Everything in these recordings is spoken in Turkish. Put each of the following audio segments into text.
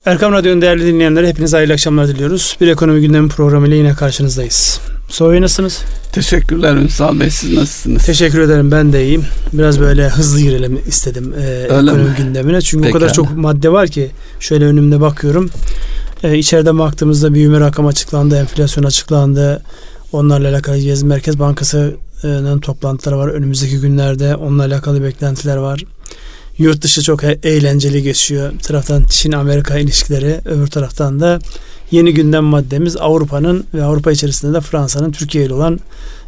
Erkam Radyo'nun değerli dinleyenlere hepinize hayırlı akşamlar diliyoruz. Bir ekonomi gündemi programıyla yine karşınızdayız. Mustafa Bey nasılsınız? Teşekkürler Ünsal Bey, siz nasılsınız? Teşekkür ederim, ben de iyiyim. Biraz böyle hızlı girelim istedim ekonomi gündemine. Çünkü o kadar çok madde var ki şöyle önümde bakıyorum. İçeriden baktığımızda büyüme rakamı açıklandı, enflasyon açıklandı. Onlarla alakalı Merkez Bankası'nın toplantıları var önümüzdeki günlerde. Onlarla alakalı beklentiler var. Yurt dışı çok eğlenceli geçiyor. Bir taraftan Çin-Amerika ilişkileri, öbür taraftan da yeni gündem maddemiz Avrupa'nın ve Avrupa içerisinde de Fransa'nın Türkiye ile olan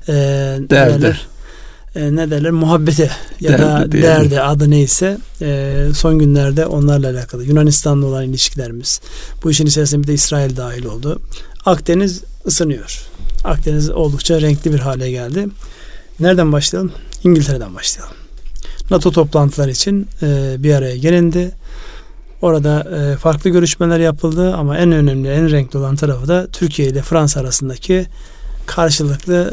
muhabbeti ya da derdi adı neyse, son günlerde onlarla alakalı. Yunanistan'la olan ilişkilerimiz. Bu işin içerisinde bir de İsrail dahil oldu. Akdeniz ısınıyor. Akdeniz oldukça renkli bir hale geldi. Nereden başlayalım? İngiltere'den başlayalım. NATO toplantıları için bir araya gelindi. Orada farklı görüşmeler yapıldı ama en önemli, en renkli olan tarafı da Türkiye ile Fransa arasındaki karşılıklı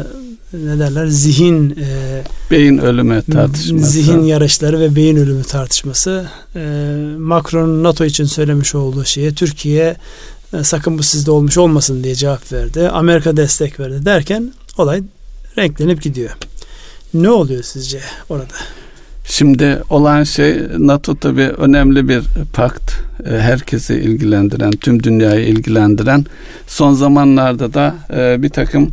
beyin ölümü tartışması. Zihin yarışları ve beyin ölümü tartışması. Macron'un NATO için söylemiş olduğu şeye Türkiye sakın bu sizde olmuş olmasın diye cevap verdi. Amerika destek verdi derken olay renklenip gidiyor. Ne oluyor sizce orada? Şimdi olan şey, NATO tabii önemli bir pakt. Herkesi ilgilendiren, tüm dünyayı ilgilendiren. Son zamanlarda da bir takım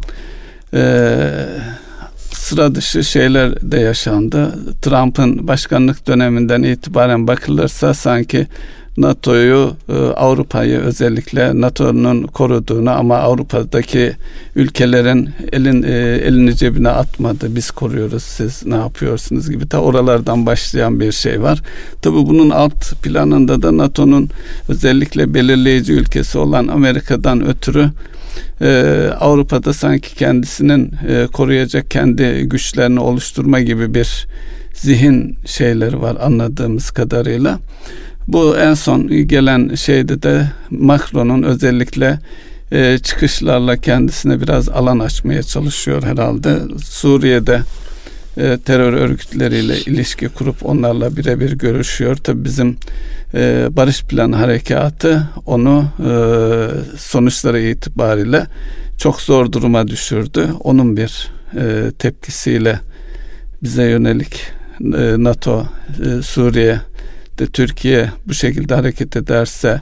sıra dışı şeyler de yaşandı. Trump'ın başkanlık döneminden itibaren bakılırsa sanki NATO'yu, Avrupa'yı özellikle NATO'nun koruduğunu ama Avrupa'daki ülkelerin elini cebine atmadı. Biz koruyoruz, siz ne yapıyorsunuz gibi ta oralardan başlayan bir şey var. Tabii bunun alt planında da NATO'nun özellikle belirleyici ülkesi olan Amerika'dan ötürü Avrupa'da sanki kendisinin koruyacak kendi güçlerini oluşturma gibi bir zihin şeyleri var anladığımız kadarıyla. Bu en son gelen şeyde de Macron'un özellikle çıkışlarla kendisine biraz alan açmaya çalışıyor herhalde. Suriye'de terör örgütleriyle ilişki kurup onlarla birebir görüşüyor. Tabii bizim Barış Planı Harekatı onu sonuçları itibariyle çok zor duruma düşürdü. Onun bir tepkisiyle bize yönelik NATO, Suriye de Türkiye bu şekilde hareket ederse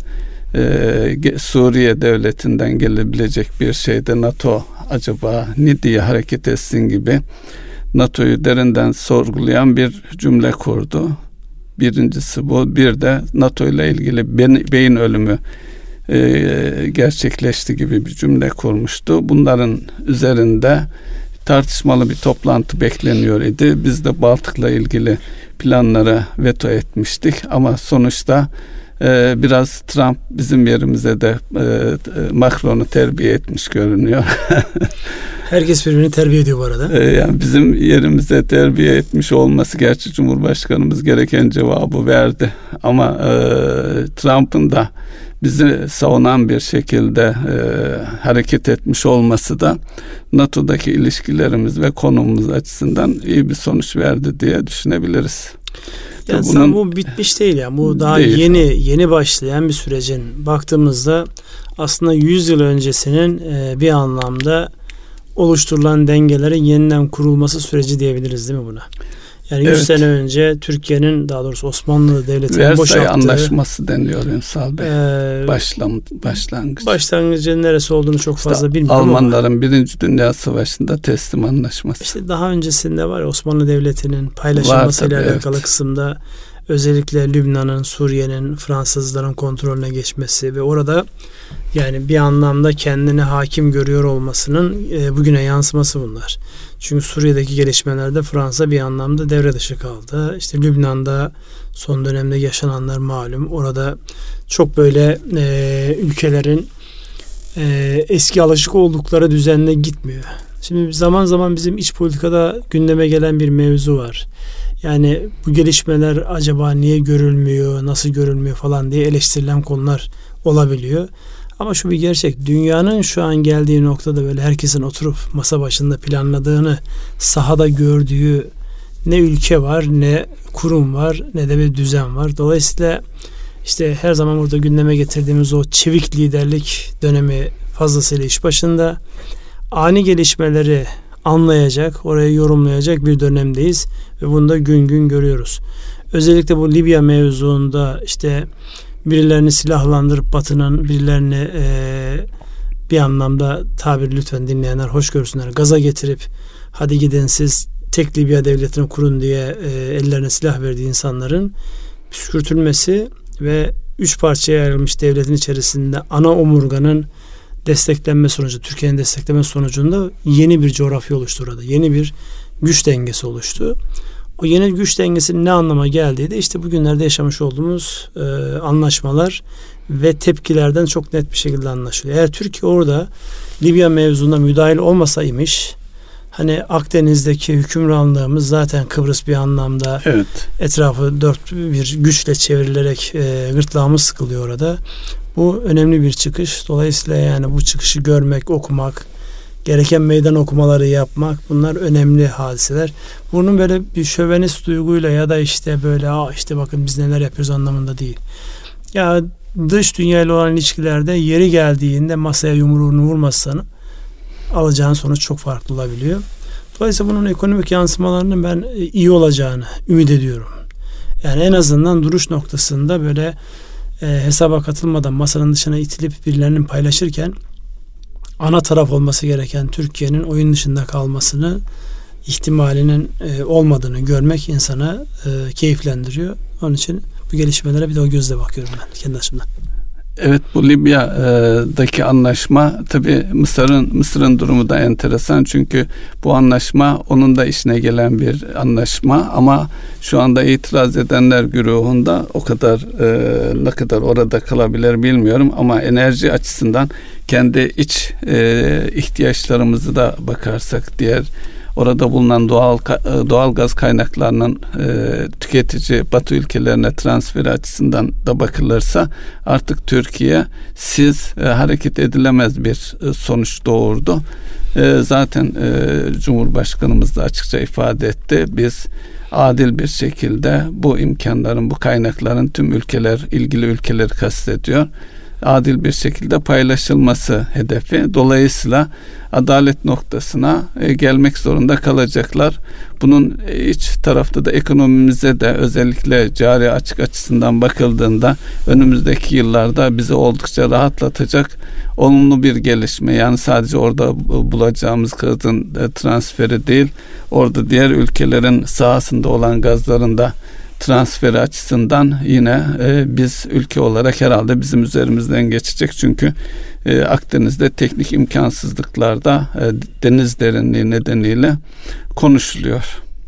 Suriye devletinden gelebilecek bir şeyde NATO acaba ne diye hareket etsin gibi NATO'yu derinden sorgulayan bir cümle kurdu. Birincisi bu. Bir de NATO ile ilgili beyin ölümü gerçekleşti gibi bir cümle kurmuştu. Bunların üzerinde tartışmalı bir toplantı bekleniyor idi. Biz de Baltık'la ilgili planları veto etmiştik ama sonuçta biraz Trump bizim yerimize de Macron'u terbiye etmiş görünüyor. Herkes birbirini terbiye ediyor bu arada. Yani bizim yerimize terbiye etmiş olması, gerçi Cumhurbaşkanımız gereken cevabı verdi ama Trump'ın da bizi savunan bir şekilde hareket etmiş olması da NATO'daki ilişkilerimiz ve konumumuz açısından iyi bir sonuç verdi diye düşünebiliriz. Yani bu bitmiş değil yani. Bu daha değil. Yeni başlayan bir sürecin baktığımızda aslında 100 yıl öncesinin bir anlamda oluşturulan dengelerin yeniden kurulması süreci diyebiliriz değil mi buna? Yani 100 sene önce Türkiye'nin, daha doğrusu Osmanlı Devleti'nin boşalttığı Versay Anlaşması deniliyor Ünsal Bey. Başlangıç. Başlangıcın neresi olduğunu çok fazla bilmiyorum Almanların ama 1. Dünya Savaşı'nda teslim anlaşması. İşte daha öncesinde var ya, Osmanlı Devleti'nin paylaşılmasıyla alakalı kısımda özellikle Lübnan'ın, Suriye'nin Fransızların kontrolüne geçmesi ve orada yani bir anlamda kendini hakim görüyor olmasının bugüne yansıması bunlar. Çünkü Suriye'deki gelişmelerde Fransa bir anlamda devre dışı kaldı. İşte Lübnan'da son dönemde yaşananlar malum. Orada çok böyle ülkelerin eski alışık oldukları düzenle gitmiyor. Şimdi zaman zaman bizim iç politikada gündeme gelen bir mevzu var. Yani bu gelişmeler acaba niye görülmüyor, nasıl görülmüyor falan diye eleştirilen konular olabiliyor. Ama şu bir gerçek, dünyanın şu an geldiği noktada böyle herkesin oturup masa başında planladığını sahada gördüğü ne ülke var, ne kurum var, ne de bir düzen var. Dolayısıyla İşte her zaman burada gündeme getirdiğimiz o çevik liderlik dönemi fazlasıyla iş başında. Ani gelişmeleri anlayacak, orayı yorumlayacak bir dönemdeyiz ve bunu da gün gün görüyoruz. Özellikle bu Libya mevzuunda işte birilerini silahlandırıp Batı'nın birilerini bir anlamda, tabiri lütfen dinleyenler hoş görsünler, gaza getirip hadi gidin siz tek Libya devletini kurun diye ellerine silah verdiği insanların püskürtülmesi ve 3 parçaya ayrılmış devletin içerisinde ana omurganın desteklenme sonucu, Türkiye'nin destekleme sonucunda yeni bir coğrafya oluştu orada. Yeni bir güç dengesi oluştu. O yeni güç dengesinin ne anlama geldiği de işte bugünlerde yaşamış olduğumuz anlaşmalar ve tepkilerden çok net bir şekilde anlaşılıyor. Eğer Türkiye orada Libya mevzuna müdahil olmasaymış, hani Akdeniz'deki hükümranlığımız zaten Kıbrıs bir anlamda etrafı dört bir güçle çevrilerek gırtlağımız sıkılıyor orada. Bu önemli bir çıkış. Dolayısıyla yani bu çıkışı görmek, okumak, gereken meydan okumaları yapmak, bunlar önemli hadiseler. Bunun böyle bir şövenist duyguyla ya da işte böyle işte bakın biz neler yapıyoruz anlamında değil. Ya dış dünyayla olan ilişkilerde yeri geldiğinde masaya yumruğunu vurmazsan alacağın sonuç çok farklı olabiliyor. Dolayısıyla bunun ekonomik yansımalarının ben iyi olacağını ümit ediyorum. Yani en azından duruş noktasında böyle hesaba katılmadan masanın dışına itilip birilerinin paylaşırken ana taraf olması gereken Türkiye'nin oyun dışında kalmasını ihtimalinin olmadığını görmek insana keyiflendiriyor. Onun için bu gelişmelere bir de o gözle bakıyorum ben kendi açımdan. Evet, bu Libya'daki anlaşma tabii Mısır'ın durumu da enteresan, çünkü bu anlaşma onun da işine gelen bir anlaşma ama şu anda itiraz edenler güruhunda o kadar ne kadar orada kalabilir bilmiyorum ama enerji açısından kendi iç ihtiyaçlarımızı da bakarsak, diğer orada bulunan doğal gaz kaynaklarının tüketici Batı ülkelerine transferi açısından da bakılırsa artık Türkiye hareket edilemez bir sonuç doğurdu. Zaten Cumhurbaşkanımız da açıkça ifade etti. Biz adil bir şekilde bu imkanların, bu kaynakların tüm ilgili ülkeleri kastediyor, adil bir şekilde paylaşılması hedefi. Dolayısıyla adalet noktasına gelmek zorunda kalacaklar. Bunun iç tarafta da ekonomimize de özellikle cari açık açısından bakıldığında önümüzdeki yıllarda bizi oldukça rahatlatacak olumlu bir gelişme. Yani sadece orada bulacağımız gazın transferi değil, orada diğer ülkelerin sahasında olan gazların da transferi açısından yine biz ülke olarak herhalde bizim üzerimizden geçecek. Çünkü Akdeniz'de teknik imkansızlıklarda deniz derinliği nedeniyle konuşuluyor.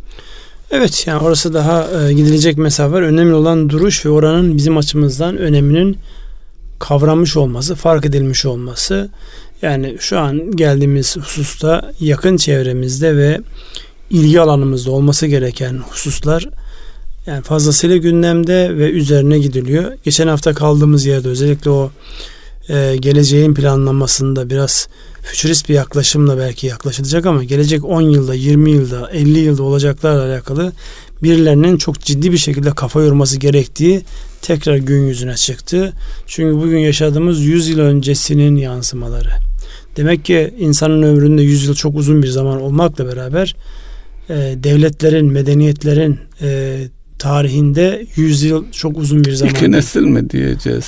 Evet, yani orası daha gidilecek mesafe var. Önemli olan duruş ve oranın bizim açımızdan öneminin kavranmış olması, fark edilmiş olması. Yani şu an geldiğimiz hususta yakın çevremizde ve ilgi alanımızda olması gereken hususlar yani fazlasıyla gündemde ve üzerine gidiliyor. Geçen hafta kaldığımız yerde özellikle o geleceğin planlanmasında biraz fütürist bir yaklaşımla belki yaklaşılacak ama gelecek 10 yılda, 20 yılda, 50 yılda olacaklarla alakalı birilerinin çok ciddi bir şekilde kafa yorması gerektiği tekrar gün yüzüne çıktı. Çünkü bugün yaşadığımız 100 yıl öncesinin yansımaları. Demek ki insanın ömründe 100 yıl çok uzun bir zaman olmakla beraber devletlerin, medeniyetlerin tarihinde 100 yıl çok uzun bir zaman. 2 nesil mi diyeceğiz?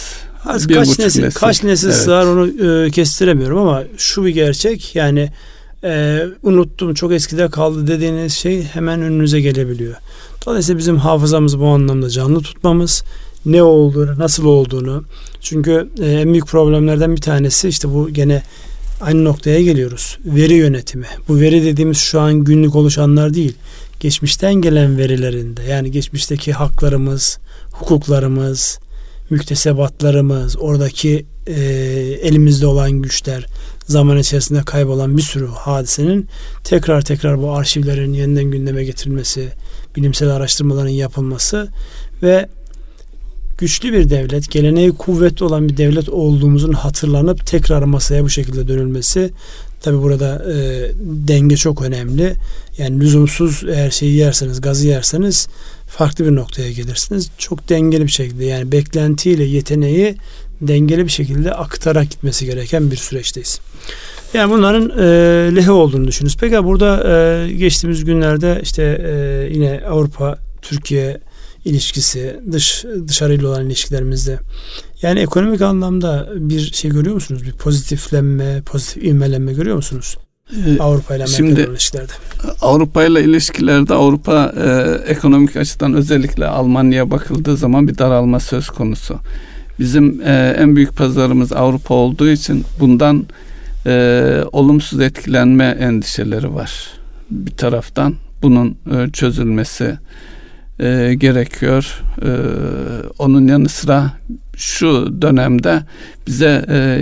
Kaç nesil sığar onu kestiremiyorum ama şu bir gerçek, yani unuttum, çok eskide kaldı dediğiniz şey hemen önünüze gelebiliyor. Dolayısıyla bizim hafızamızı bu anlamda canlı tutmamız, ne olduğunu, nasıl olduğunu, çünkü en büyük problemlerden bir tanesi işte bu, gene aynı noktaya geliyoruz. Veri yönetimi. Bu veri dediğimiz şu an günlük oluşanlar değil. Geçmişten gelen verilerinde, yani geçmişteki haklarımız, hukuklarımız, müktesebatlarımız, oradaki elimizde olan güçler, zaman içerisinde kaybolan bir sürü hadisenin tekrar bu arşivlerin yeniden gündeme getirilmesi, bilimsel araştırmaların yapılması ve güçlü bir devlet, geleneği kuvvetli olan bir devlet olduğumuzun hatırlanıp tekrar masaya bu şekilde dönülmesi. Tabi burada denge çok önemli. Yani lüzumsuz eğer şeyi yerseniz, gazı yerseniz farklı bir noktaya gelirsiniz. Çok dengeli bir şekilde, yani beklentiyle yeteneği dengeli bir şekilde aktararak gitmesi gereken bir süreçteyiz. Yani bunların lehe olduğunu düşünürüz. Peki burada geçtiğimiz günlerde işte yine Avrupa-Türkiye ilişkisi, dışarıyla olan ilişkilerimizde, yani ekonomik anlamda bir şey görüyor musunuz? Bir pozitiflenme, pozitif ivmelenme görüyor musunuz? Avrupa ile Amerika ilişkilerde. Avrupa ile ilişkilerde Avrupa ekonomik açıdan özellikle Almanya'ya bakıldığı zaman bir daralma söz konusu. Bizim en büyük pazarımız Avrupa olduğu için bundan olumsuz etkilenme endişeleri var. Bir taraftan bunun çözülmesi gerekiyor. Onun yanı sıra şu dönemde bize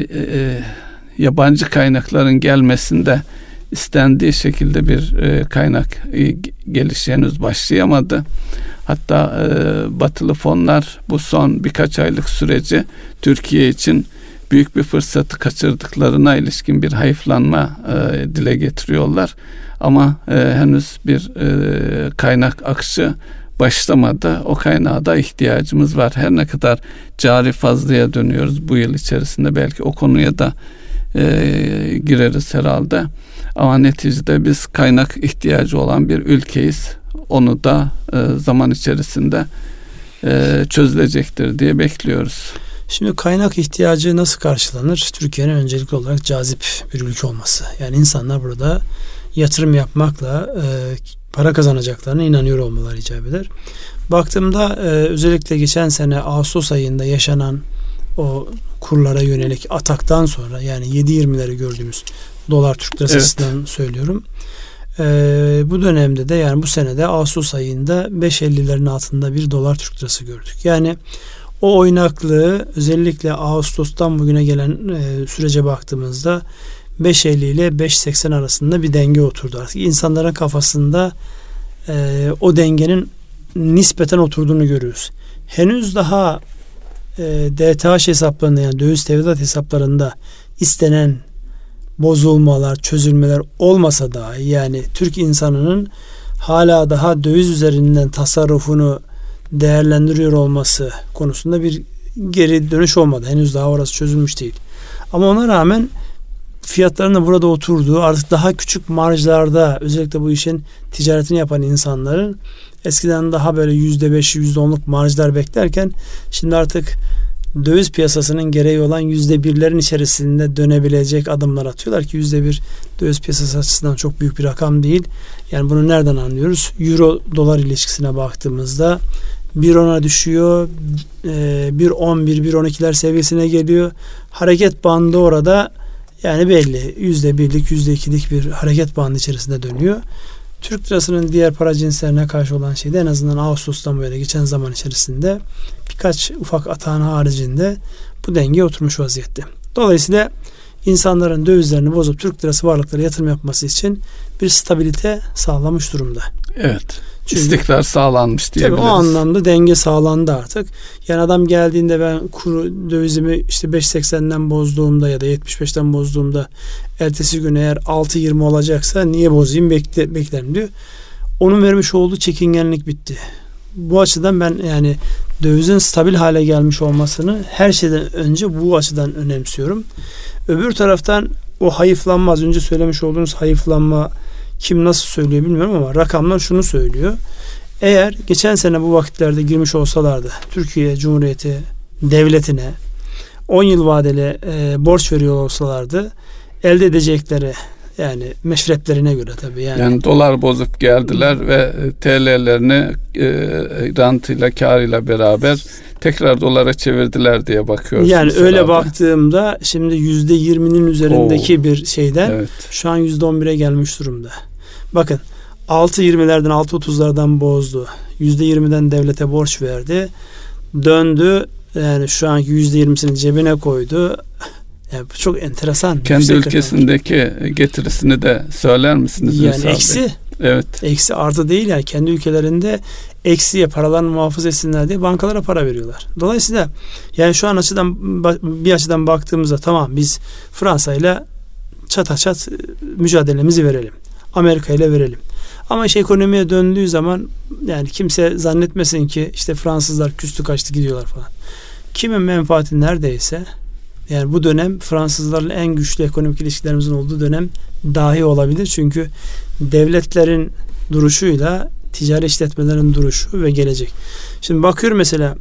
yabancı kaynakların gelmesinde istendiği şekilde bir kaynak gelişi henüz başlayamadı. Hatta batılı fonlar bu son birkaç aylık süreci Türkiye için büyük bir fırsatı kaçırdıklarına ilişkin bir hayıflanma dile getiriyorlar. Ama henüz bir kaynak akışı başlamadı. O kaynağa da ihtiyacımız var. Her ne kadar cari fazlaya dönüyoruz bu yıl içerisinde, belki o konuya da gireriz herhalde. Ama neticede biz kaynak ihtiyacı olan bir ülkeyiz. Onu da zaman içerisinde çözülecektir diye bekliyoruz. Şimdi kaynak ihtiyacı nasıl karşılanır? Türkiye'nin öncelikli olarak cazip bir ülke olması. Yani insanlar burada yatırım yapmakla para kazanacaklarına inanıyor olmaları icap eder. Baktığımda özellikle geçen sene Ağustos ayında yaşanan o kurlara yönelik ataktan sonra, yani 7.20'leri gördüğümüz dolar Türk lirası açısından söylüyorum. Bu dönemde de, yani bu senede Ağustos ayında 5.50'lerin altında bir dolar Türk lirası gördük. Yani o oynaklığı özellikle Ağustos'tan bugüne gelen sürece baktığımızda 5.50 ile 5.80 arasında bir denge oturdu. Artık insanların kafasında o dengenin nispeten oturduğunu görüyoruz. Henüz daha DTH hesaplarında, yani döviz tevdiat hesaplarında istenen bozulmalar, çözülmeler olmasa da, yani Türk insanının hala daha döviz üzerinden tasarrufunu değerlendiriyor olması konusunda bir geri dönüş olmadı. Henüz daha orası çözülmüş değil. Ama ona rağmen fiyatların da burada oturduğu, artık daha küçük marjlarda özellikle bu işin ticaretini yapan insanların eskiden daha böyle %5, %10'luk marjlar beklerken şimdi artık döviz piyasasının gereği olan %1'lerin içerisinde dönebilecek adımlar atıyorlar ki %1 döviz piyasası açısından çok büyük bir rakam değil. Yani bunu nereden anlıyoruz? Euro dolar ilişkisine baktığımızda 1.10'a düşüyor, 1.11, 1.12'ler seviyesine geliyor. Hareket bandı orada yani belli. %1'lik, %2'lik bir hareket bandı içerisinde dönüyor. Türk lirasının diğer para cinslerine karşı olan şeyde en azından Ağustos'tan böyle geçen zaman içerisinde birkaç ufak atağın haricinde bu denge oturmuş vaziyette. Dolayısıyla insanların dövizlerini bozup Türk lirası varlıklara yatırım yapması için bir stabilite sağlamış durumda. Evet. Çünkü istikrar sağlanmış diyebiliriz. Tabii o anlamda denge sağlandı artık. Yani adam geldiğinde ben dövizimi işte 5.80'den bozduğumda ya da 75'ten bozduğumda ertesi gün eğer 6.20 olacaksa niye bozayım, beklerim diyor. Onun vermiş olduğu çekingenlik bitti. Bu açıdan ben yani dövizin stabil hale gelmiş olmasını her şeyden önce bu açıdan önemsiyorum. Öbür taraftan o hayıflanma, az önce söylemiş olduğunuz hayıflanma kim nasıl söylüyor bilmiyorum ama rakamlar şunu söylüyor. Eğer geçen sene bu vakitlerde girmiş olsalardı Türkiye Cumhuriyeti Devleti'ne 10 yıl vadeli borç veriyor olsalardı elde edecekleri, yani meşreplerine göre tabii yani dolar bozup geldiler ve TL'lerini rantıyla, karıyla beraber tekrar dolara çevirdiler diye bakıyoruz. Yani öyle herhalde. Baktığımda şimdi %20'nin üzerindeki bir şeyden şu an %11'e gelmiş durumda. Bakın 6.20'lerden 6.30'lardan bozdu. %20'den devlete borç verdi. Döndü, yani şu anki %20'sini cebine koydu. Yani bu çok enteresan. Kendi ülkesindeki getirisini de söyler misiniz? Yani eksi. Evet. Eksi, artı değil yani. Kendi ülkelerinde eksiye paralarını muhafaza etsinler diye bankalara para veriyorlar. Dolayısıyla yani şu an bir açıdan baktığımızda tamam biz Fransa ile çata çat mücadelemizi verelim. Amerika ile verelim. Ama iş ekonomiye döndüğü zaman yani kimse zannetmesin ki işte Fransızlar küstü kaçtı gidiyorlar falan. Kimin menfaati neredeyse, yani bu dönem Fransızlarla en güçlü ekonomik ilişkilerimizin olduğu dönem dahi olabilir. Çünkü devletlerin duruşuyla ticari işletmelerin duruşu ve gelecek. Şimdi bakıyorum mesela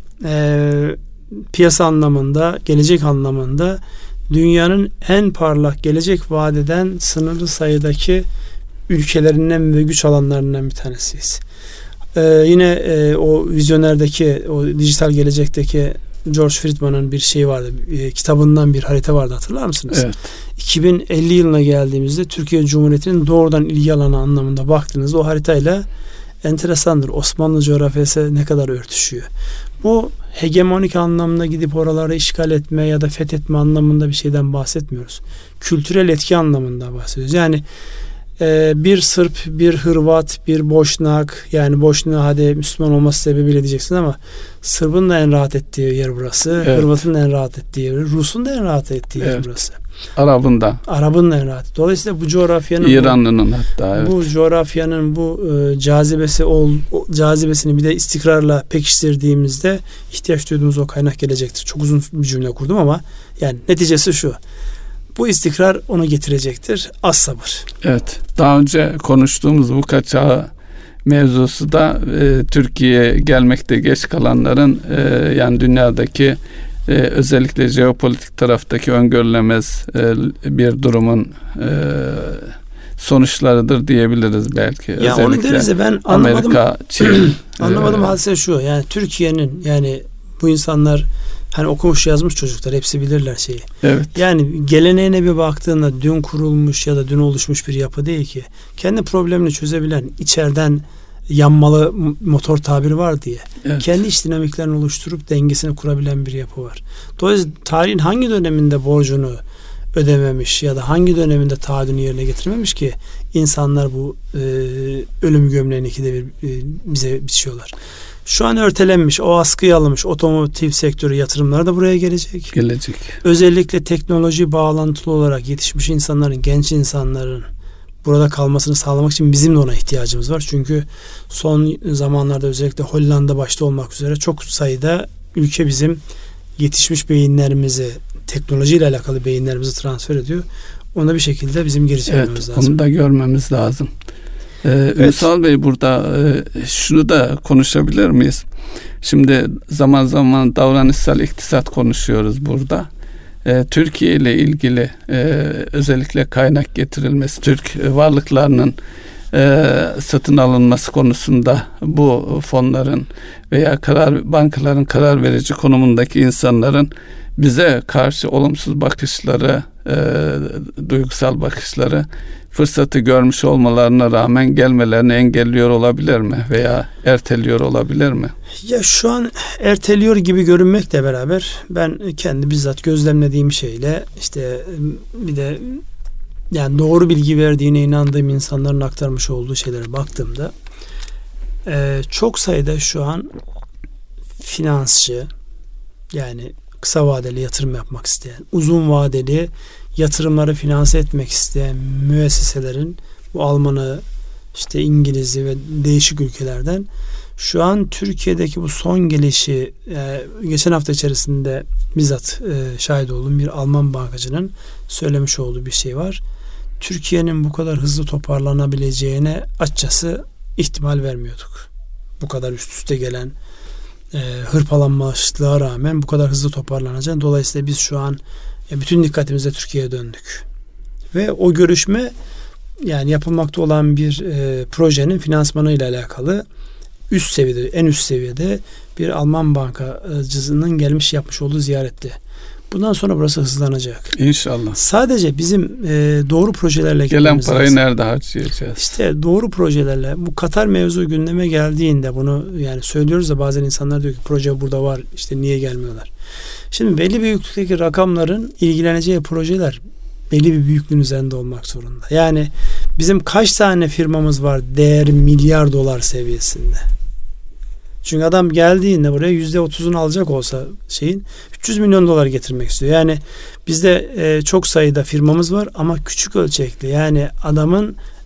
piyasa anlamında, gelecek anlamında dünyanın en parlak gelecek vaat eden sınırlı sayıdaki ülkelerinden ve güç alanlarından bir tanesiyiz. Yine o vizyonerdeki, o dijital gelecekteki George Friedman'ın bir şey vardı. Kitabından bir harita vardı, hatırlar mısınız? Evet. 2050 yılına geldiğimizde Türkiye Cumhuriyeti'nin doğrudan ilgi alanı anlamında baktığınızda o haritayla enteresandır. Osmanlı coğrafyası ne kadar örtüşüyor. Bu hegemonik anlamda gidip oraları işgal etme ya da fethetme anlamında bir şeyden bahsetmiyoruz. Kültürel etki anlamında bahsediyoruz. Yani bir Sırp, bir Hırvat, bir Boşnak, yani Boşnak hadi Müslüman olması sebebiyle diyeceksin ama Sırbın da en rahat ettiği yer burası. Evet. Hırvat'ın da en rahat ettiği yer, Rus'un da en rahat ettiği yer burası. Arap'ın da en rahat. Dolayısıyla bu coğrafyanın, İranlı'nın hatta evet. Bu coğrafyanın bu cazibesini bir de istikrarla pekiştirdiğimizde ihtiyaç duyduğumuz o kaynak gelecektir. Çok uzun bir cümle kurdum ama yani neticesi şu. Bu istikrar onu getirecektir. Az sabır. Evet. Daha önce konuştuğumuz bu kaçağı mevzusu da Türkiye'ye gelmekte geç kalanların yani dünyadaki özellikle jeopolitik taraftaki öngörülemez bir durumun sonuçlarıdır diyebiliriz belki. Ya özellikle onu deriz de ben anlamadım. Amerika, Çin. Anlamadım hadise şu. Yani Türkiye'nin, yani bu insanlar hani okumuş yazmış çocuklar, hepsi bilirler şeyi. Evet. Yani geleneğine bir baktığında dün kurulmuş ya da dün oluşmuş bir yapı değil ki. Kendi problemini çözebilen, içeriden yanmalı motor tabiri var diye. Evet. Kendi iç dinamiklerini oluşturup dengesini kurabilen bir yapı var. Dolayısıyla tarihin hangi döneminde borcunu ödememiş ya da hangi döneminde taahhüdünü yerine getirmemiş ki insanlar bu ölüm gömleğini ikide bir bize biçiyorlar. Şu an örtelenmiş, o askıya alınmış otomotiv sektörü yatırımları da buraya gelecek. Özellikle teknoloji bağlantılı olarak yetişmiş insanların, genç insanların burada kalmasını sağlamak için bizim de ona ihtiyacımız var. Çünkü son zamanlarda özellikle Hollanda başta olmak üzere çok sayıda ülke bizim yetişmiş beyinlerimizi, teknolojiyle alakalı beyinlerimizi transfer ediyor. Ona bir şekilde bizim geri çevirmemiz lazım. Onu da görmemiz lazım. Ünsal Bey, burada şunu da konuşabilir miyiz? Şimdi zaman zaman davranışsal iktisat konuşuyoruz burada. Türkiye ile ilgili özellikle kaynak getirilmesi, Türk varlıklarının satın alınması konusunda bu fonların veya bankaların karar verici konumundaki insanların bize karşı olumsuz bakışları, duygusal bakışları fırsatı görmüş olmalarına rağmen gelmelerini engelliyor olabilir mi veya erteliyor olabilir mi? Ya şu an erteliyor gibi görünmekle beraber ben kendi bizzat gözlemlediğim şeyle işte bir de yani doğru bilgi verdiğine inandığım insanların aktarmış olduğu şeylere baktığımda çok sayıda şu an finansçı, yani kısa vadeli yatırım yapmak isteyen, uzun vadeli yatırımları finanse etmek isteyen müesseselerin, bu Almanı, işte İngiliz'i ve değişik ülkelerden şu an Türkiye'deki bu son gelişi geçen hafta içerisinde bizzat şahit olduğum bir Alman bankacının söylemiş olduğu bir şey var. Türkiye'nin bu kadar hızlı toparlanabileceğine açıkçası ihtimal vermiyorduk. Bu kadar üst üste gelen hırpalanmışlığa rağmen bu kadar hızlı toparlanacağını. Dolayısıyla biz şu an bütün dikkatimizle Türkiye'ye döndük. Ve o görüşme, yani yapılmakta olan bir projenin finansmanı ile alakalı üst seviyede, en üst seviyede bir Alman bankacısının gelmiş yapmış olduğu ziyaretti. Bundan sonra burası hızlanacak. İnşallah. Sadece bizim doğru projelerle gelen parayı lazım. Nerede harcayacağız? İşte doğru projelerle, bu Katar mevzu gündeme geldiğinde bunu yani söylüyoruz da bazen insanlar diyor ki proje burada var, işte niye gelmiyorlar? Şimdi belli büyüklükteki rakamların ilgileneceği projeler belli bir büyüklüğün üzerinde olmak zorunda. Yani bizim kaç tane firmamız var değer milyar dolar seviyesinde? Çünkü adam geldiğinde buraya %30'unu alacak olsa 300 milyon dolar getirmek istiyor. Yani bizde çok sayıda firmamız var ama küçük ölçekli. Yani adamın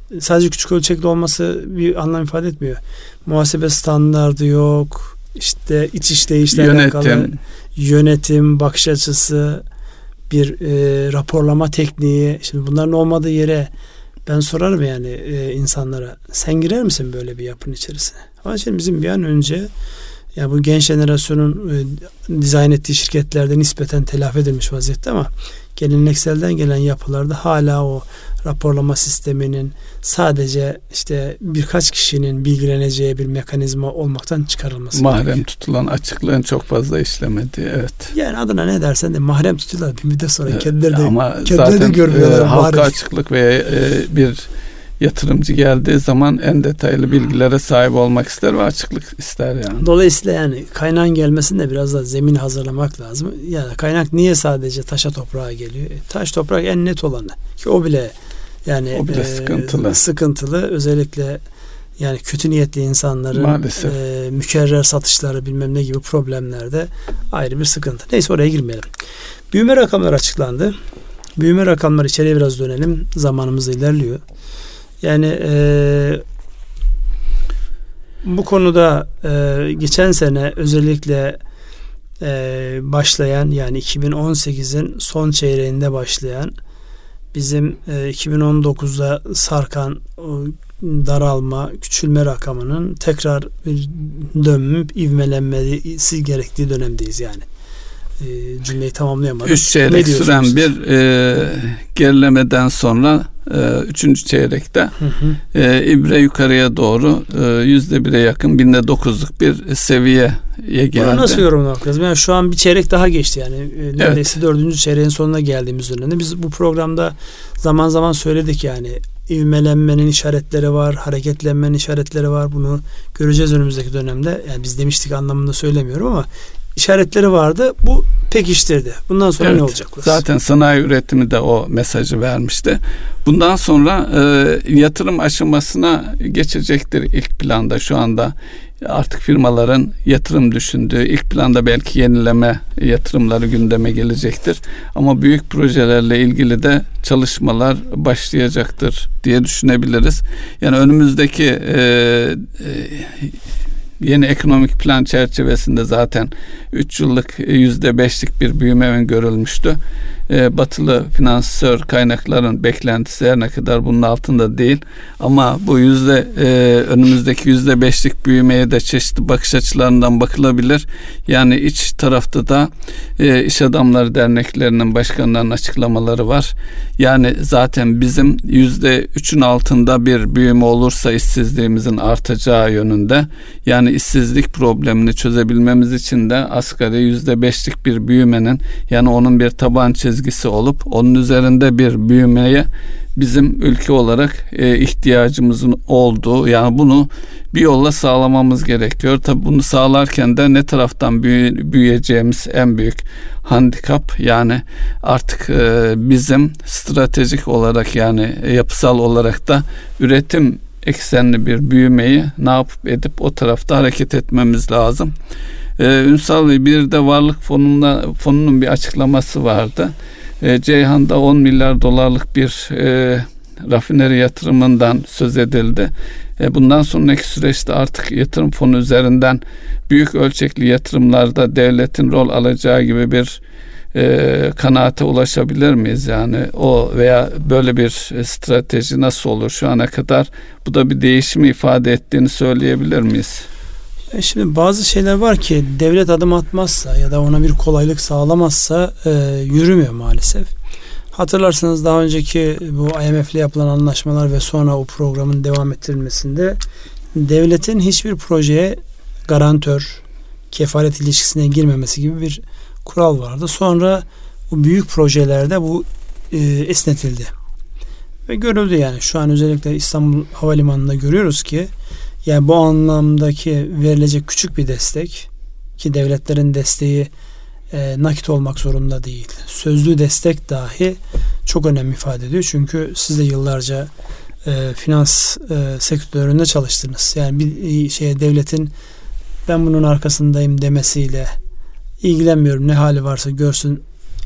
sadece küçük ölçekli olması bir anlam ifade etmiyor. Muhasebe standardı yok. İşte iç işleyişle alakalı yönetim, bakış açısı, bir raporlama tekniği. Şimdi bunların olmadığı yere ben sorarım yani insanlara, sen girer misin böyle bir yapının içerisine? Ama şimdi bizim bir an önce ya bu genç jenerasyonun dizayn ettiği şirketlerde nispeten telafi edilmiş vaziyette ama gelenekselden gelen yapılarda hala o raporlama sisteminin sadece işte birkaç kişinin bilgileneceği bir mekanizma olmaktan çıkarılması mahrem gerekiyor. tutulan açıklığın çok fazla işlemediği, evet. Yani adına ne dersen de mahrem tutuyorlar. Bir müddet sonra kendileri de görmüyorlar. Halka açıklık ve bir yatırımcı geldiği zaman en detaylı bilgilere sahip olmak ister ve açıklık ister yani. Dolayısıyla yani kaynağın gelmesinde biraz da zemini hazırlamak lazım. Yani kaynak niye sadece taşa toprağa geliyor? Taş toprak en net olanı. Ki o bile yani sıkıntılı. Özellikle yani kötü niyetli insanların mükerrer satışları bilmem ne gibi problemlerde ayrı bir sıkıntı. Neyse oraya girmeyelim. Büyüme rakamları açıklandı. Büyüme rakamları içeriye biraz dönelim. Zamanımız ilerliyor. Yani bu konuda geçen sene özellikle başlayan yani 2018'in son çeyreğinde başlayan bizim 2019'da sarkan o daralma, küçülme rakamının tekrar bir dönüp ivmelenmesi gerektiği dönemdeyiz yani. Cümleyi tamamlayamadım. 3 çeyrek süren bir gerilemeden sonra 3. çeyrekte ibre yukarıya doğru %1'e yakın, %9'luk bir seviyeye geldi. Bunu nasıl yorumlamak lazım? Yani şu an bir çeyrek daha geçti yani. Neredeyse 4. çeyreğin sonuna geldiğimiz dönemde. Biz bu programda zaman zaman söyledik yani. İvmelenmenin işaretleri var, hareketlenmenin işaretleri var. Bunu göreceğiz önümüzdeki dönemde. Yani biz demiştik anlamında söylemiyorum ama işaretleri vardı. Bu pekiştirdi. Bundan sonra ne olacak? Zaten sanayi üretimi de o mesajı vermişti. Bundan sonra yatırım aşamasına geçecektir ilk planda. Şu anda artık firmaların yatırım düşündüğü, ilk planda belki yenileme yatırımları gündeme gelecektir. Ama büyük projelerle ilgili de çalışmalar başlayacaktır diye düşünebiliriz. Yani önümüzdeki yeni ekonomik plan çerçevesinde zaten 3 yıllık %5'lik bir büyüme öngörülmüştü. Batılı finansör kaynakların beklentisi her ne kadar bunun altında değil. Ama bu önümüzdeki %5'lik büyümeye de çeşitli bakış açılarından bakılabilir. Yani iç tarafta da iş adamları derneklerinin başkanlarının açıklamaları var. Yani zaten bizim %3'ün altında bir büyüme olursa işsizliğimizin artacağı yönünde. Yani işsizlik problemini çözebilmemiz için de asgari %5'lik bir büyümenin, yani onun bir taban çizgisi olup onun üzerinde bir büyümeye bizim ülke olarak ihtiyacımızın olduğu, yani bunu bir yolla sağlamamız gerekiyor. Tabii bunu sağlarken de ne taraftan büyüyeceğimiz en büyük handikap, yani artık bizim stratejik olarak yani yapısal olarak da üretim eksenli bir büyümeyi ne yapıp edip o tarafta hareket etmemiz lazım. Ünsal Bey, bir de Varlık Fonu'nun bir açıklaması vardı. Ceyhan'da 10 milyar dolarlık bir rafineri yatırımından söz edildi. Bundan sonraki süreçte artık yatırım fonu üzerinden büyük ölçekli yatırımlarda devletin rol alacağı gibi bir kanaate ulaşabilir miyiz? Yani o veya böyle bir strateji nasıl olur şu ana kadar? Bu da bir değişimi ifade ettiğini söyleyebilir miyiz? Şimdi bazı şeyler var ki devlet adım atmazsa ya da ona bir kolaylık sağlamazsa yürümüyor maalesef. Hatırlarsınız daha önceki bu IMF ile yapılan anlaşmalar ve sonra o programın devam ettirilmesinde devletin hiçbir projeye garantör, kefalet ilişkisine girmemesi gibi bir kural vardı. Sonra bu büyük projelerde bu esnetildi. Ve görüldü yani. Şu an özellikle İstanbul Havalimanı'nda görüyoruz ki yani bu anlamdaki verilecek küçük bir destek, ki devletlerin desteği nakit olmak zorunda değil. Sözlü destek dahi çok önem ifade ediyor. Çünkü siz de yıllarca finans sektöründe çalıştınız. Yani bir devletin ben bunun arkasındayım demesiyle ilgilenmiyorum, ne hali varsa görsün,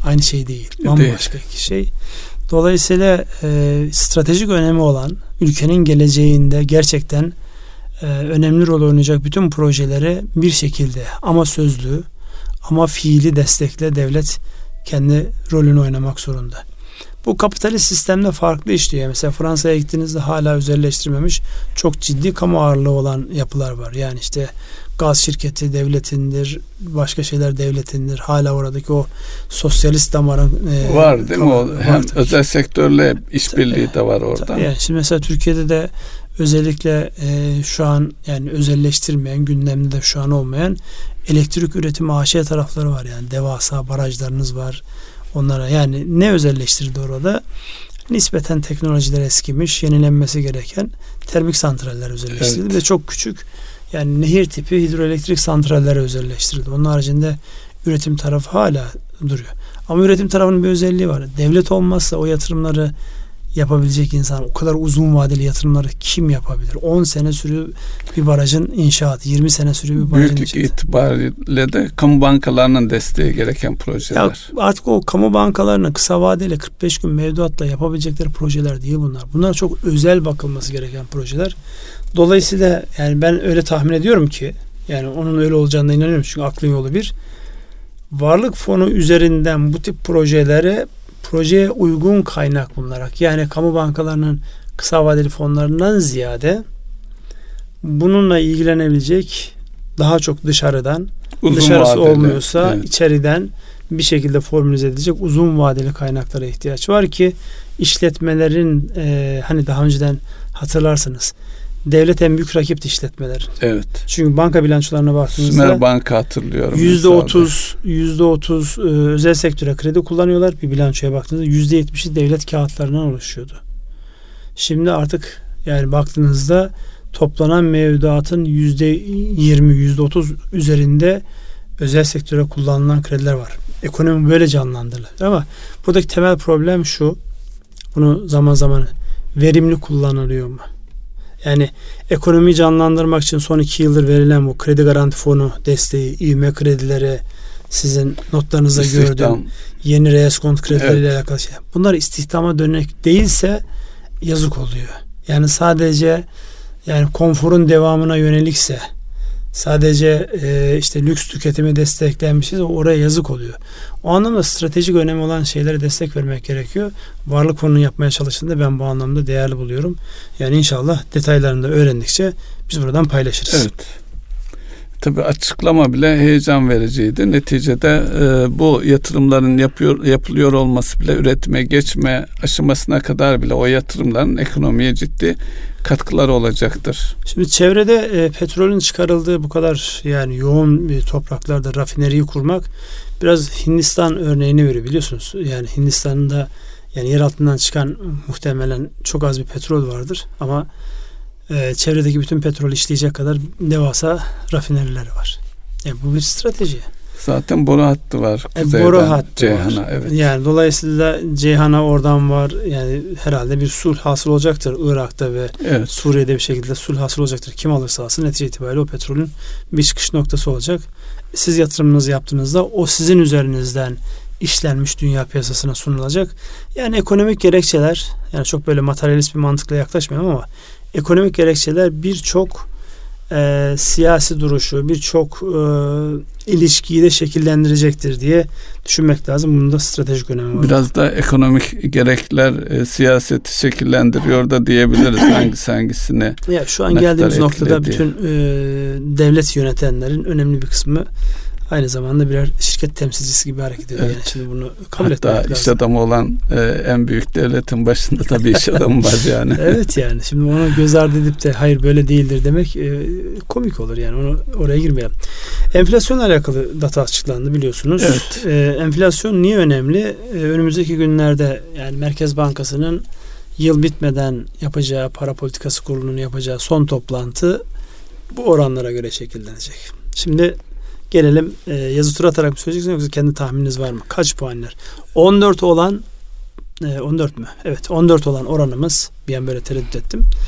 aynı şey değil. Bambaşka iki şey. Dolayısıyla stratejik önemi olan, ülkenin geleceğinde gerçekten önemli rol oynayacak bütün projeleri bir şekilde ama sözlü ama fiili destekle devlet kendi rolünü oynamak zorunda. Bu kapitalist sistemde farklı işliyor. Mesela Fransa'ya gittiğinizde hala özelleştirmemiş çok ciddi kamu ağırlığı olan yapılar var. Yani işte gaz şirketi devletindir, başka şeyler devletindir. Hala oradaki o sosyalist damarın var değil mi? Hem özel sektörle işbirliği de var orada. Yani şimdi mesela Türkiye'de de özellikle şu an yani özelleştirmeyen, gündemde de şu an olmayan elektrik üretimi AŞ tarafları var. Yani devasa barajlarınız var. Onlara yani ne özelleştirdi orada? Nispeten teknolojiler eskimiş, yenilenmesi gereken termik santraller özelleştirildi ve çok küçük yani nehir tipi hidroelektrik santrallere özelleştirildi. Onun haricinde üretim tarafı hala duruyor. Ama üretim tarafının bir özelliği var. Devlet olmazsa o yatırımları yapabilecek insan, o kadar uzun vadeli yatırımları kim yapabilir? 10 sene sürüyor bir barajın inşaatı, 20 sene sürüyor bir barajın inşaatı. Büyüklük itibariyle de kamu bankalarının desteği gereken projeler. Ya artık o kamu bankalarının kısa vadeli 45 gün mevduatla yapabilecekleri projeler değil bunlar. Bunlar çok özel bakılması gereken projeler. Dolayısıyla yani ben öyle tahmin ediyorum ki yani onun öyle olacağına inanıyorum çünkü aklın yolu bir. Varlık fonu üzerinden bu tip projeye uygun kaynak bulunarak yani kamu bankalarının kısa vadeli fonlarından ziyade bununla ilgilenebilecek daha çok dışarıdan dışarısı vadeli, olmuyorsa içeriden bir şekilde formülize edilecek uzun vadeli kaynaklara ihtiyaç var ki işletmelerin hani daha önceden hatırlarsınız devlet en büyük rakipti işletmeler. Evet. Çünkü banka bilançolarına baktığınızda Sümer Banka hatırlıyorum. %30 özel sektöre kredi kullanıyorlar. Bir bilançoya baktığınızda %70'i devlet kağıtlarından oluşuyordu. Şimdi artık yani baktığınızda toplanan mevduatın %20, %30 üzerinde özel sektöre kullanılan krediler var. Ekonomi böyle canlandırılır. Ama buradaki temel problem şu. Bunu zaman zaman verimli kullanılıyor mu? Yani ekonomiyi canlandırmak için son 2 yıldır verilen bu kredi garanti fonu desteği, ivme kredileri sizin notlarınızda gördüm. Yeni reeskont kredileriyle alakalı şey. Bunlar istihdama dönelik değilse yazık oluyor. Yani sadece yani konforun devamına yönelikse sadece işte lüks tüketimi desteklenmişse oraya yazık oluyor. O anlamda stratejik önemi olan şeylere destek vermek gerekiyor. Varlık fonunu yapmaya çalıştığında ben bu anlamda değerli buluyorum. Yani inşallah detaylarını da öğrendikçe biz buradan paylaşırız. Evet. Tabii açıklama bile heyecan vericiydi. Neticede bu yatırımların yapılıyor olması bile üretime geçme aşamasına kadar bile o yatırımların ekonomiye ciddi katkıları olacaktır. Şimdi çevrede petrolün çıkarıldığı bu kadar yani yoğun bir topraklarda rafineriyi kurmak biraz Hindistan örneğini veriyor biliyorsunuz. Yani Hindistan'ın da yani yer altından çıkan muhtemelen çok az bir petrol vardır ama çevredeki bütün petrol işleyecek kadar devasa rafinerileri var. Yani bu bir strateji. Zaten boru hattı var. Boru hattı Ceyhan'a, var. evet. Yani dolayısıyla Ceyhan'a oradan var. Yani herhalde bir sulh hasıl olacaktır Irak'ta ve Suriye'de bir şekilde sulh hasıl olacaktır. Kim alırsa alsın netice itibariyle o petrolün bir çıkış noktası olacak. Siz yatırımınızı yaptığınızda o sizin üzerinizden işlenmiş dünya piyasasına sunulacak. Yani ekonomik gerekçeler yani çok böyle materyalist bir mantıkla yaklaşmıyorum ama ekonomik gerekçeler birçok siyasi duruşu, birçok ilişkiyi de şekillendirecektir diye düşünmek lazım. Bunun da stratejik önemi var. Biraz da ekonomik gerekler siyaseti şekillendiriyor da diyebiliriz hangisini. Ya şu an geldiğimiz noktada bütün devlet yönetenlerin önemli bir kısmı aynı zamanda birer şirket temsilcisi gibi hareket ediyor. Evet. Yani şimdi bunu kabul etmek lazım. Hatta iş adamı olan en büyük devletin başında da bir iş adamı var yani. Evet yani şimdi onu göz ardı edip de hayır böyle değildir demek komik olur yani onu oraya girmeyelim. Enflasyonla alakalı data açıklandı biliyorsunuz. Evet. Enflasyon niye önemli? Önümüzdeki günlerde yani Merkez Bankası'nın yıl bitmeden yapacağı para politikası kurulunun yapacağı son toplantı bu oranlara göre şekillenecek. Şimdi gelelim yazı tura atarak mı söyleyeceksiniz yoksa kendi tahmininiz var mı? Kaç puanlar? 14 olan 14 mü? Evet 14 olan oranımız bir an böyle tereddüt ettim.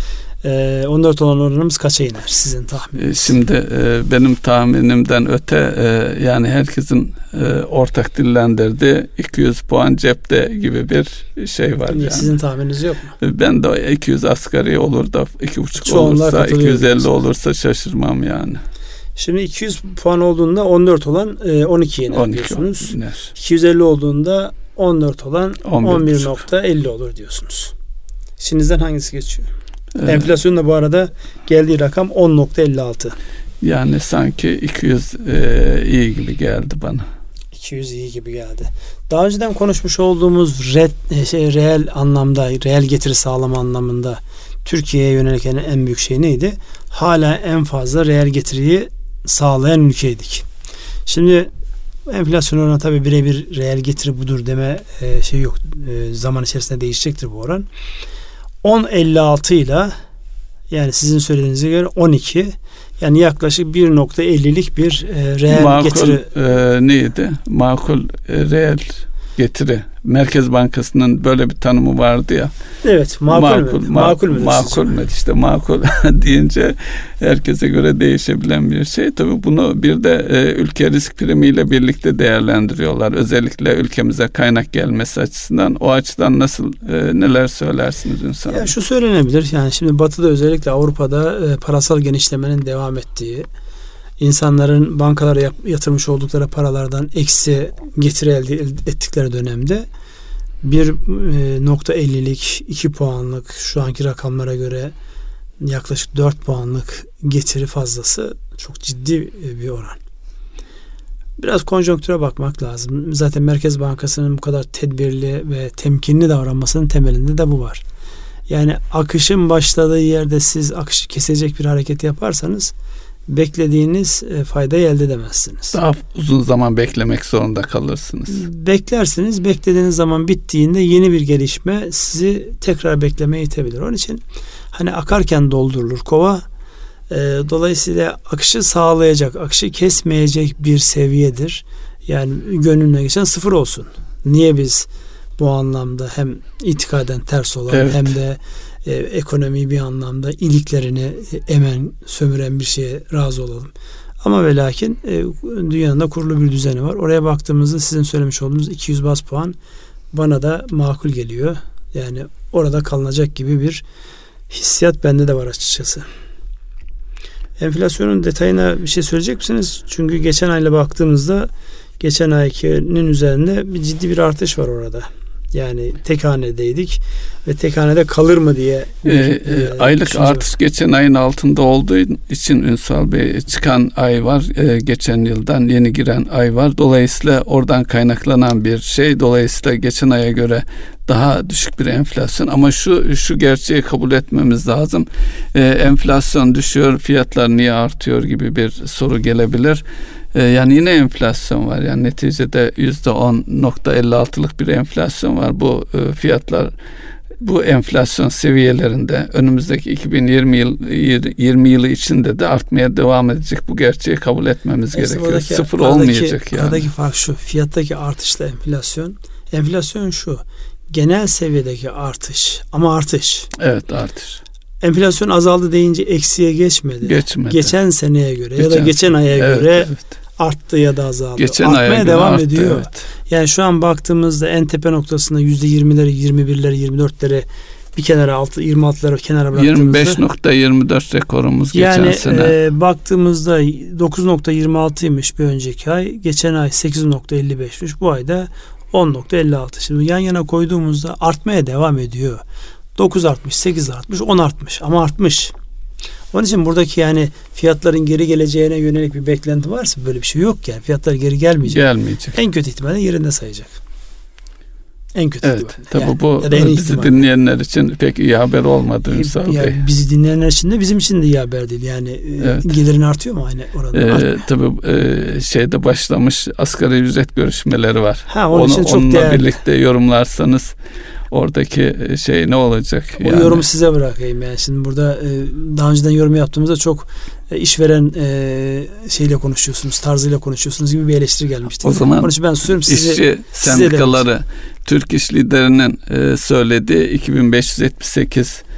14 olan oranımız kaça iner sizin tahmininiz? Şimdi benim tahminimden öte yani herkesin ortak dillendirdiği 200 puan cepte gibi bir şey var. Yani. Sizin tahmininiz yok mu? Ben de 200 asgari olur da 2,5 olursa 250 olursa şaşırmam yani. Şimdi 200 puan olduğunda 14 olan 12'ye iner diyorsunuz. 250 olduğunda 14 olan 11.50 olur diyorsunuz. İçinizden hangisi geçiyor? Enflasyon da bu arada geldiği rakam 10.56. Yani sanki 200 iyi gibi geldi bana. 200 iyi gibi geldi. Daha önceden konuşmuş olduğumuz reel anlamda, reel getiri sağlama anlamında Türkiye'ye yönelik en büyük şey neydi? Hala en fazla reel getiriyi sağlayan ülkeydik. Şimdi enflasyon oranı tabii birebir reel getiri budur deme şey yok. Zaman içerisinde değişecektir bu oran. 10.56 ile yani sizin söylediğinize göre 12 yani yaklaşık 1.50'lik bir reel getiri. Neydi? Makul reel getiri. Merkez Bankası'nın böyle bir tanımı vardı ya. Evet, makul mü? İşte makul deyince herkese göre değişebilen bir şey. Tabii bunu bir de ülke risk primiyle birlikte değerlendiriyorlar. Özellikle ülkemize kaynak gelmesi açısından. O açıdan nasıl neler söylersiniz Ünsal? Ya şu söylenebilir. Yani şimdi Batı'da özellikle Avrupa'da parasal genişlemenin devam ettiği, insanların bankalara yatırmış oldukları paralardan eksi getiri elde ettikleri dönemde 1.50'lik 2 puanlık şu anki rakamlara göre yaklaşık 4 puanlık getiri fazlası çok ciddi bir oran. Biraz konjonktüre bakmak lazım. Zaten Merkez Bankası'nın bu kadar tedbirli ve temkinli davranmasının temelinde de bu var. Yani akışın başladığı yerde siz akışı kesecek bir hareket yaparsanız beklediğiniz faydayı elde edemezsiniz. Daha uzun zaman beklemek zorunda kalırsınız. Beklersiniz. Beklediğiniz zaman bittiğinde yeni bir gelişme sizi tekrar beklemeye itebilir. Onun için hani akarken doldurulur kova. Dolayısıyla akışı sağlayacak, akışı kesmeyecek bir seviyedir. Yani gönlüne geçen 0 olsun. Niye biz bu anlamda hem itikaden ters olan hem de ekonomiyi bir anlamda iliklerini emen, sömüren bir şeye razı olalım. Ama ve lakin dünyanın da kurulu bir düzeni var. Oraya baktığımızda sizin söylemiş olduğunuz 200 baz puan bana da makul geliyor. Yani orada kalınacak gibi bir hissiyat bende de var açıkçası. Enflasyonun detayına bir şey söyleyecek misiniz? Çünkü geçen ayla baktığımızda geçen aykinin üzerinde bir ciddi bir artış var orada. Yani tek hanedeydik ve tek hanede kalır mı diye aylık artış var. Geçen ayın altında olduğu için Ünsal Bey çıkan ay var. Geçen yıldan yeni giren ay var. Dolayısıyla oradan kaynaklanan bir şey. Dolayısıyla geçen aya göre daha düşük bir enflasyon ama şu gerçeği kabul etmemiz lazım. Enflasyon düşüyor, fiyatlar niye artıyor gibi bir soru gelebilir. Yani yine enflasyon var. Yani neticede %10.56'lık bir enflasyon var. Bu fiyatlar bu enflasyon seviyelerinde önümüzdeki 2020 yılı içinde de artmaya devam edecek. Bu gerçeği kabul etmemiz gerekiyor. Sıfır olmayacak yani. Aradaki fark şu. Fiyattaki artışla enflasyon. Enflasyon şu. Genel seviyedeki artış. Ama artış. Evet, artış. Enflasyon azaldı deyince eksiye geçmedi. Geçen seneye göre ya da geçen aya göre arttı ya da azaldı. Artmaya devam ediyor. Evet. Yani şu an baktığımızda en tepe noktasında %20'leri, 21'leri, 24'leri bir kenara 26'ları kenara bıraktığımızda 25.24 rekorumuz geçen sene. Yani baktığımızda 9.26'ymış bir önceki ay. Geçen ay 8.55'miş. Bu ayda 10.56. Şimdi yan yana koyduğumuzda artmaya devam ediyor. 9 artmış, 8 artmış, 10 artmış ama artmış. Onun için buradaki yani fiyatların geri geleceğine yönelik bir beklenti varsa böyle bir şey yok yani. Fiyatlar geri gelmeyecek. En kötü ihtimalle yerinde sayacak. En kötü ihtimalle. Tabii yani, bu bizi dinleyenler için pek iyi haber olmadı Ünsal Bey. Bizi dinleyenler için de bizim için de iyi haber değil. Yani gelirin artıyor mu aynı orada? Tabii şeyde başlamış asgari ücret görüşmeleri var. Onunla birlikte yorumlarsanız oradaki şey ne olacak? O yorumu size bırakayım yani. Şimdi burada daha önceden yorum yaptığımızda çok işveren şeyle konuşuyorsunuz, tarzıyla konuşuyorsunuz gibi bir eleştiri gelmişti. O zaman onun için ben susuyorum, işçi sendikaları Türk İş Lideri'nin söylediği 2578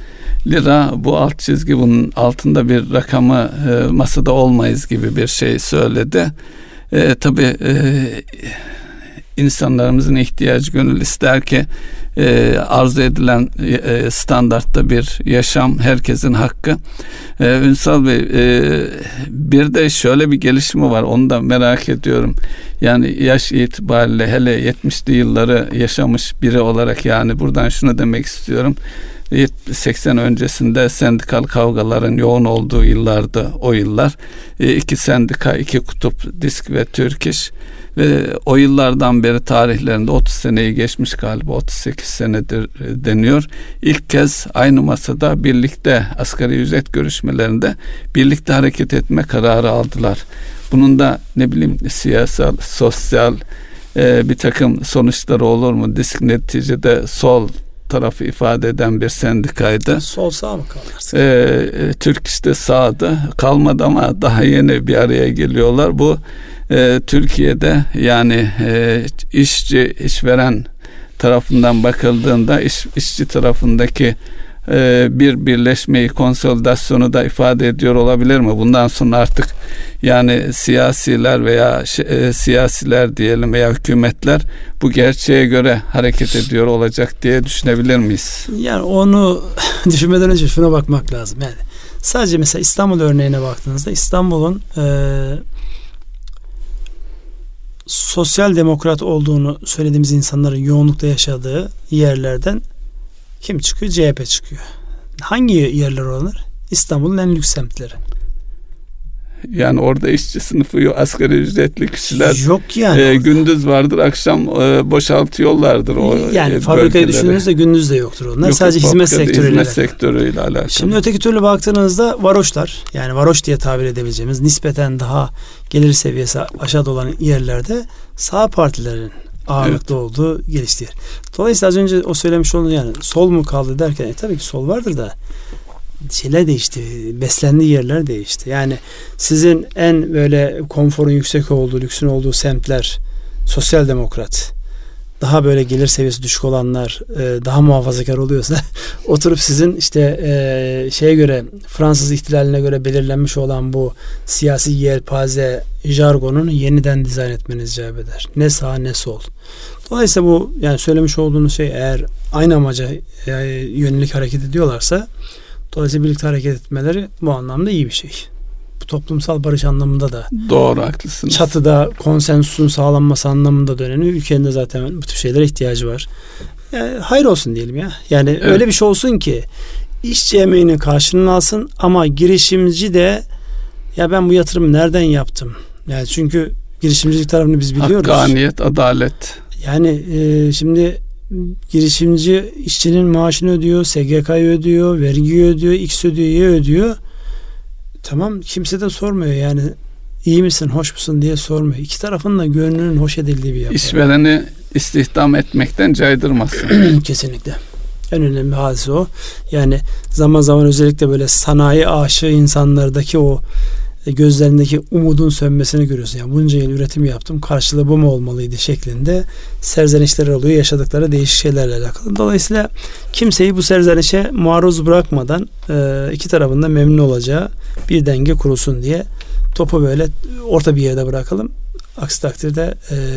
lira bu alt çizgi, bunun altında bir rakamı masada olmayız gibi bir şey söyledi. Tabii insanlarımızın ihtiyacı, gönül ister ki arzu edilen standartta bir yaşam herkesin hakkı. Ünsal Bey, bir de şöyle bir gelişme var, onu da merak ediyorum. Yani yaş itibariyle, hele 70'li yılları yaşamış biri olarak, yani buradan şunu demek istiyorum. 80 öncesinde sendikal kavgaların yoğun olduğu yıllardı o yıllar. İki sendika, iki kutup, Disk ve Türk İş. Ve o yıllardan beri tarihlerinde 30 seneyi geçmiş galiba, 38 senedir deniyor. İlk kez aynı masada birlikte asgari ücret görüşmelerinde birlikte hareket etme kararı aldılar. Bunun da ne bileyim siyasal, sosyal bir takım sonuçları olur mu? Disk neticede sol tarafı ifade eden bir sendikaydı. Sol sağ mı kaldı? Türk İş'te sağdı. Kalmadı ama daha yeni bir araya geliyorlar. Bu Türkiye'de yani işçi, işveren tarafından bakıldığında işçi tarafındaki bir birleşmeyi, konsolidasyonu da ifade ediyor olabilir mi? Bundan sonra artık yani siyasiler veya siyasiler diyelim veya hükümetler bu gerçeğe göre hareket ediyor olacak diye düşünebilir miyiz? Yani onu düşünmeden önce şuna bakmak lazım. Yani sadece mesela İstanbul örneğine baktığınızda İstanbul'un sosyal demokrat olduğunu söylediğimiz insanların yoğunlukta yaşadığı yerlerden kim çıkıyor? CHP çıkıyor. Hangi yerler oralar? İstanbul'un en lüks semtleri. Yani orada işçi sınıfı yok, asgari ücretli kişiler yok yani. Gündüz vardır, akşam boşaltıyorlardır o yani fabrikayı düşündüğünüzde gündüz de yoktur onlar. Yok, sadece hizmet sektörüyle alakalı. Şimdi öteki türlü baktığınızda varoşlar, yani varoş diye tabir edebileceğimiz nispeten daha gelir seviyesi aşağıda olan yerlerde sağ partilerin ağırlıklı olduğu gelişti yer. Dolayısıyla az önce o söylemiş olduğunuz, yani sol mu kaldı derken tabii ki sol vardır da şeyler değişti. Beslendiği yerler değişti. Yani sizin en böyle konforun yüksek olduğu, lüksün olduğu semtler sosyal demokrat, daha böyle gelir seviyesi düşük olanlar daha muhafazakar oluyorsa oturup sizin işte şeye göre, Fransız ihtilaline göre belirlenmiş olan bu siyasi yelpaze jargonunu yeniden dizayn etmeniz icap eder. Ne sağ ne sol. Dolayısıyla bu, yani söylemiş olduğunuz şey eğer aynı amaca yönelik hareket ediyorlarsa, dolayısıyla birlikte hareket etmeleri bu anlamda iyi bir şey. Bu toplumsal barış anlamında da doğru, haklısınız. Çatıda konsensusun sağlanması anlamında da önemli. Ülkenin de zaten bu tür şeylere ihtiyacı var. Yani hayır olsun diyelim ya. Yani evet, öyle bir şey olsun ki işçi emeğinin karşılığını alsın ama girişimci de ya ben bu yatırımı nereden yaptım? Yani çünkü girişimcilik tarafını biz biliyoruz. Hakkaniyet, adalet. Yani şimdi girişimci işçinin maaşını ödüyor, SGK'yı ödüyor, vergiyi ödüyor, X ödüyor, Y ödüyor. Tamam, kimse de sormuyor yani iyi misin, hoş musun diye sormuyor. İki tarafın da gönlünün hoş edildiği bir yapı. İşvereni istihdam etmekten caydırmasın. Kesinlikle. En önemli hadise o. Yani zaman zaman özellikle böyle sanayi aşığı insanlardaki o gözlerindeki umudun sönmesini görüyorsun. Yani bunca yıl üretim yaptım, karşılığı bu mu olmalıydı şeklinde serzenişler oluyor, yaşadıkları değişik şeylerle alakalı. Dolayısıyla kimseyi bu serzenişe maruz bırakmadan iki tarafında memnun olacağı bir denge kurulsun diye topu böyle orta bir yerde bırakalım. Aksi takdirde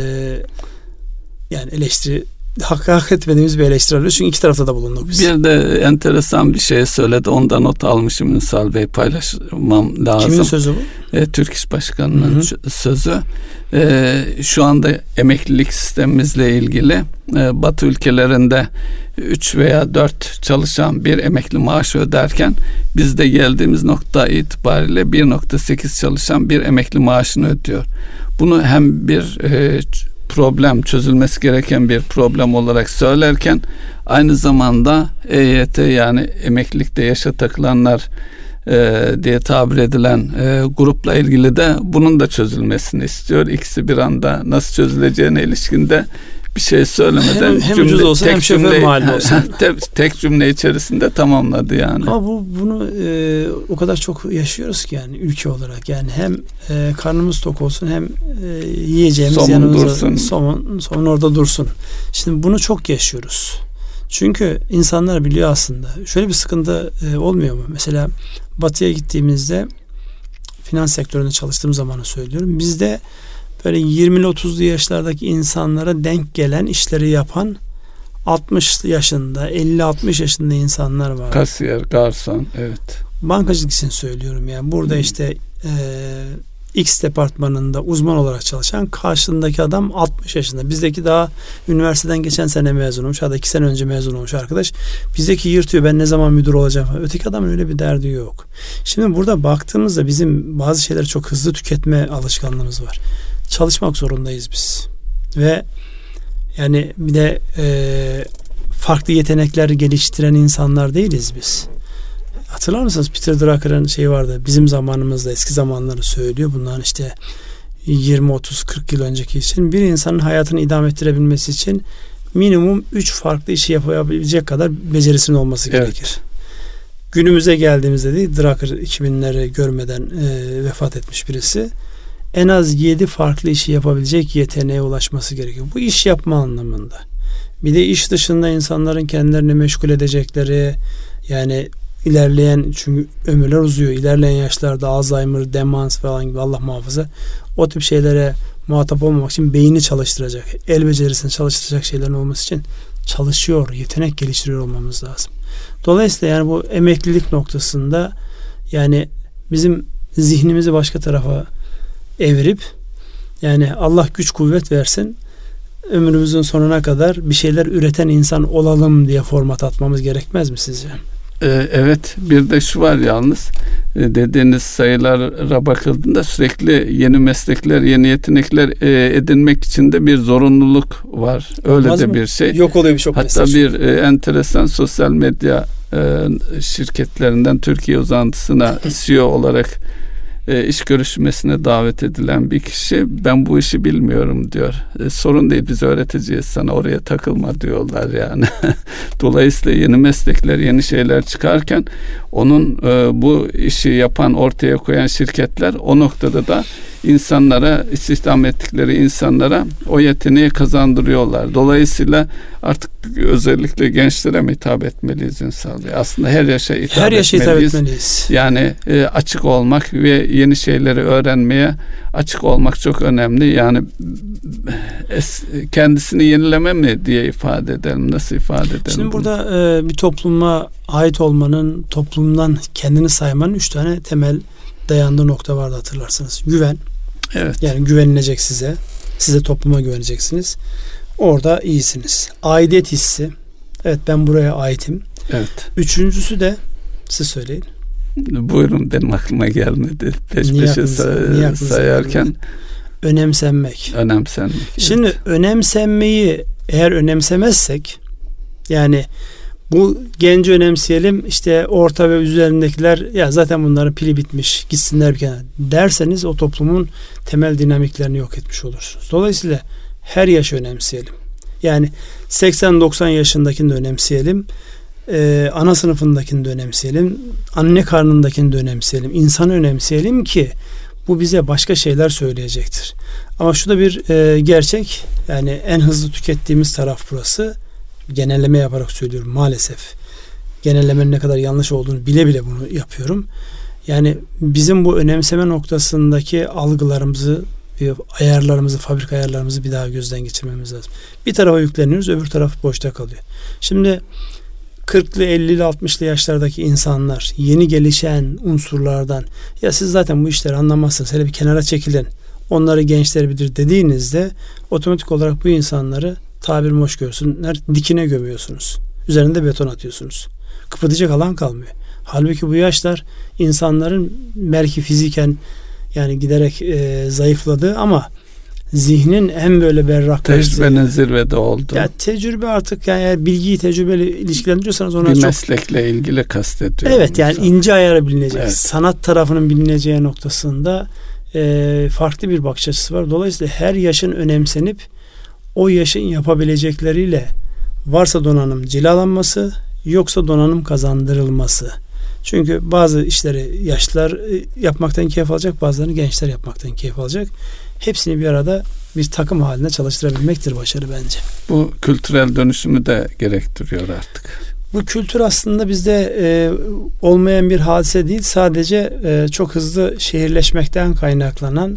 yani eleştiri hak etmediğimiz bir eleştiri alıyoruz. Çünkü iki tarafta da bulunduk biz. Bir de enteresan bir şey söyledi. Ondan not almışım, Ünsal Bey, paylaşmam lazım. Kimin sözü bu? Türk İş Başkanı'nın sözü. Şu anda emeklilik sistemimizle ilgili Batı ülkelerinde 3 veya 4 çalışan bir emekli maaşı öderken bizde geldiğimiz nokta itibariyle 1.8 çalışan bir emekli maaşını ödüyor. Bunu hem bir problem, çözülmesi gereken bir problem olarak söylerken aynı zamanda EYT, yani emeklilikte yaşa takılanlar diye tabir edilen grupla ilgili de bunun da çözülmesini istiyor. İkisi bir anda nasıl çözüleceğine ilişkinde bir şey söylemeden hem ucuz olsa hem şoför mahalle olsa tek cümle içerisinde tamamladı yani. Ama bunu o kadar çok yaşıyoruz ki yani ülke olarak, yani hem karnımız tok olsun hem yiyeceğimiz somun yanımızda dursun. Somun orada dursun. Şimdi bunu çok yaşıyoruz. Çünkü insanlar biliyor aslında. Şöyle bir sıkıntı olmuyor mu? Mesela Batı'ya gittiğimizde finans sektöründe çalıştığım zamanı söylüyorum. Bizde böyle 20'li 30'lu yaşlardaki insanlara denk gelen işleri yapan 60 yaşında, 50-60 yaşında insanlar var. Kasiyer, garson, evet. Bankacılık için söylüyorum yani. Burada işte X departmanında uzman olarak çalışan karşındaki adam 60 yaşında. Bizdeki daha üniversiteden geçen sene mezun olmuş. Hatta 2 sene önce mezun olmuş arkadaş. Bizdeki yırtıyor. Ben ne zaman müdür olacağım falan. Öteki adamın öyle bir derdi yok. Şimdi burada baktığımızda bizim bazı şeyleri çok hızlı tüketme alışkanlığımız var. Çalışmak zorundayız biz. Ve yani bir de farklı yetenekler geliştiren insanlar değiliz biz. Hatırlar mısınız? Peter Drucker'ın şeyi vardı. Bizim zamanımızda eski zamanları söylüyor. Bunların işte 20, 30, 40 yıl önceki için bir insanın hayatını idame ettirebilmesi için minimum 3 farklı işi yapabilecek kadar becerisinin olması gerekir. Günümüze geldiğimizde değil, Drucker 2000'leri görmeden vefat etmiş birisi. En az 7 farklı işi yapabilecek yeteneğe ulaşması gerekiyor. Bu iş yapma anlamında. Bir de iş dışında insanların kendilerini meşgul edecekleri, yani ilerleyen, çünkü ömürler uzuyor. İlerleyen yaşlarda Alzheimer, demans falan gibi, Allah muhafaza, o tip şeylere muhatap olmamak için beyni çalıştıracak, el becerisini çalıştıracak şeylerin olması için çalışıyor, yetenek geliştiriyor olmamız lazım. Dolayısıyla yani bu emeklilik noktasında yani bizim zihnimizi başka tarafa evirip, yani Allah güç kuvvet versin, ömrümüzün sonuna kadar bir şeyler üreten insan olalım diye format atmamız gerekmez mi sizce? Evet, bir de şu var yalnız, dediğiniz sayılara bakıldığında sürekli yeni meslekler, yeni yetenekler edinmek için de bir zorunluluk var. Öyle olmaz de mı? Bir şey. Yok oluyor birçok meslek. Hatta bir enteresan sosyal medya şirketlerinden Türkiye uzantısına CEO olarak iş görüşmesine davet edilen bir kişi, ben bu işi bilmiyorum diyor. Sorun değil, biz öğreteceğiz sana, oraya takılma diyorlar yani. Dolayısıyla yeni meslekler, yeni şeyler çıkarken onun bu işi yapan, ortaya koyan şirketler o noktada da insanlara, istihdam ettikleri insanlara o yeteneği kazandırıyorlar. Dolayısıyla artık özellikle gençlere mi hitap etmeliyiz Ünsal Bey? Aslında her yaşa hitap etmeliyiz. Yani açık olmak ve yeni şeyleri öğrenmeye açık olmak çok önemli. Yani kendisini yenileme mi diye ifade edelim? Nasıl ifade edelim? Şimdi bunu? Burada bir topluma ait olmanın, toplumdan kendini saymanın 3 tane temel dayandığı nokta vardı, hatırlarsınız. Güven. Evet. Yani güvenilecek size. Size, topluma güveneceksiniz. Orada iyisiniz. Aidiyet hissi. Evet, ben buraya aitim. Evet. Üçüncüsü de siz söyleyin. Buyurun, benim aklıma gelmedi. Peş peşe sayarken. Önemsenmek. Önemsenmek. Şimdi evet. Önemsenmeyi eğer önemsemezsek, yani bu genci önemseyelim, işte orta ve üzerindekiler ya zaten bunların pili bitmiş, gitsinler bir kenara derseniz o toplumun temel dinamiklerini yok etmiş olursunuz. Dolayısıyla her yaşı önemseyelim. Yani 80-90 yaşındakini de önemseyelim. Ana sınıfındakini de önemseyelim. Anne karnındakini de önemseyelim. İnsanı önemseyelim ki bu bize başka şeyler söyleyecektir. Ama şu da bir gerçek, yani en hızlı tükettiğimiz taraf burası. Genelleme yaparak söylüyorum maalesef. Genellemenin ne kadar yanlış olduğunu bile bile bunu yapıyorum. Yani bizim bu önemseme noktasındaki algılarımızı, ayarlarımızı, fabrika ayarlarımızı bir daha gözden geçirmemiz lazım. Bir tarafa yükleniyoruz, öbür taraf boşta kalıyor. Şimdi 40'lı, 50'li, 60'lı yaşlardaki insanlar yeni gelişen unsurlardan, ya siz zaten bu işleri anlamazsınız, hele bir kenara çekilin, onları gençler bilir dediğinizde otomatik olarak bu insanları, tabir hoş görsünler, dikine gömüyorsunuz. Üzerinde beton atıyorsunuz. Kıpırdayacak alan kalmıyor. Halbuki bu yaşlar insanların belki fiziken yani giderek zayıfladığı ama zihnin en böyle berraklaştığı. Tecrübenin zirvede oldu. Ya tecrübe artık, yani bilgiyi tecrübeyle ilişkilendiriyorsanız ona bir çok... meslekle ilgili kastediyorum. Evet, yani insan. İnce ayarı bilinecek. Evet. Sanat tarafının bilineceği noktasında farklı bir bakış açısı var. Dolayısıyla her yaşın önemsenip o yaşın yapabilecekleriyle varsa donanım cilalanması, yoksa donanım kazandırılması. Çünkü bazı işleri yaşlılar yapmaktan keyif alacak, bazılarını gençler yapmaktan keyif alacak. Hepsini bir arada bir takım halinde çalıştırabilmektir başarı bence. Bu kültürel dönüşümü de gerektiriyor artık. Bu kültür aslında bizde olmayan bir hadise değil. Sadece çok hızlı şehirleşmekten kaynaklanan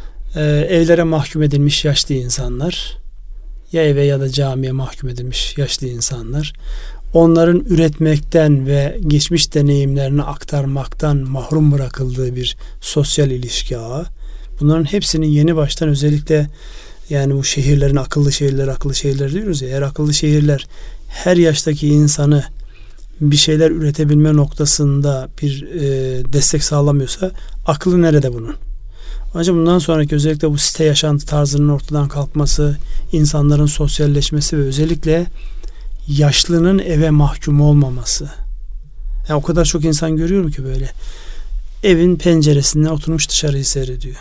evlere mahkum edilmiş yaşlı insanlar, ya eve ya da camiye mahkum edilmiş yaşlı insanlar, onların üretmekten ve geçmiş deneyimlerini aktarmaktan mahrum bırakıldığı bir sosyal ilişki ağı. Bunların hepsinin yeni baştan, özellikle yani bu şehirlerin akıllı şehirler diyoruz ya, eğer akıllı şehirler her yaştaki insanı bir şeyler üretebilme noktasında bir destek sağlamıyorsa aklı nerede bunun? Ancak bundan sonraki özellikle bu site yaşantı tarzının ortadan kalkması, insanların sosyalleşmesi ve özellikle yaşlının eve mahkum olmaması. Yani o kadar çok insan görüyorum ki böyle evin penceresinden oturmuş dışarıyı seyrediyor.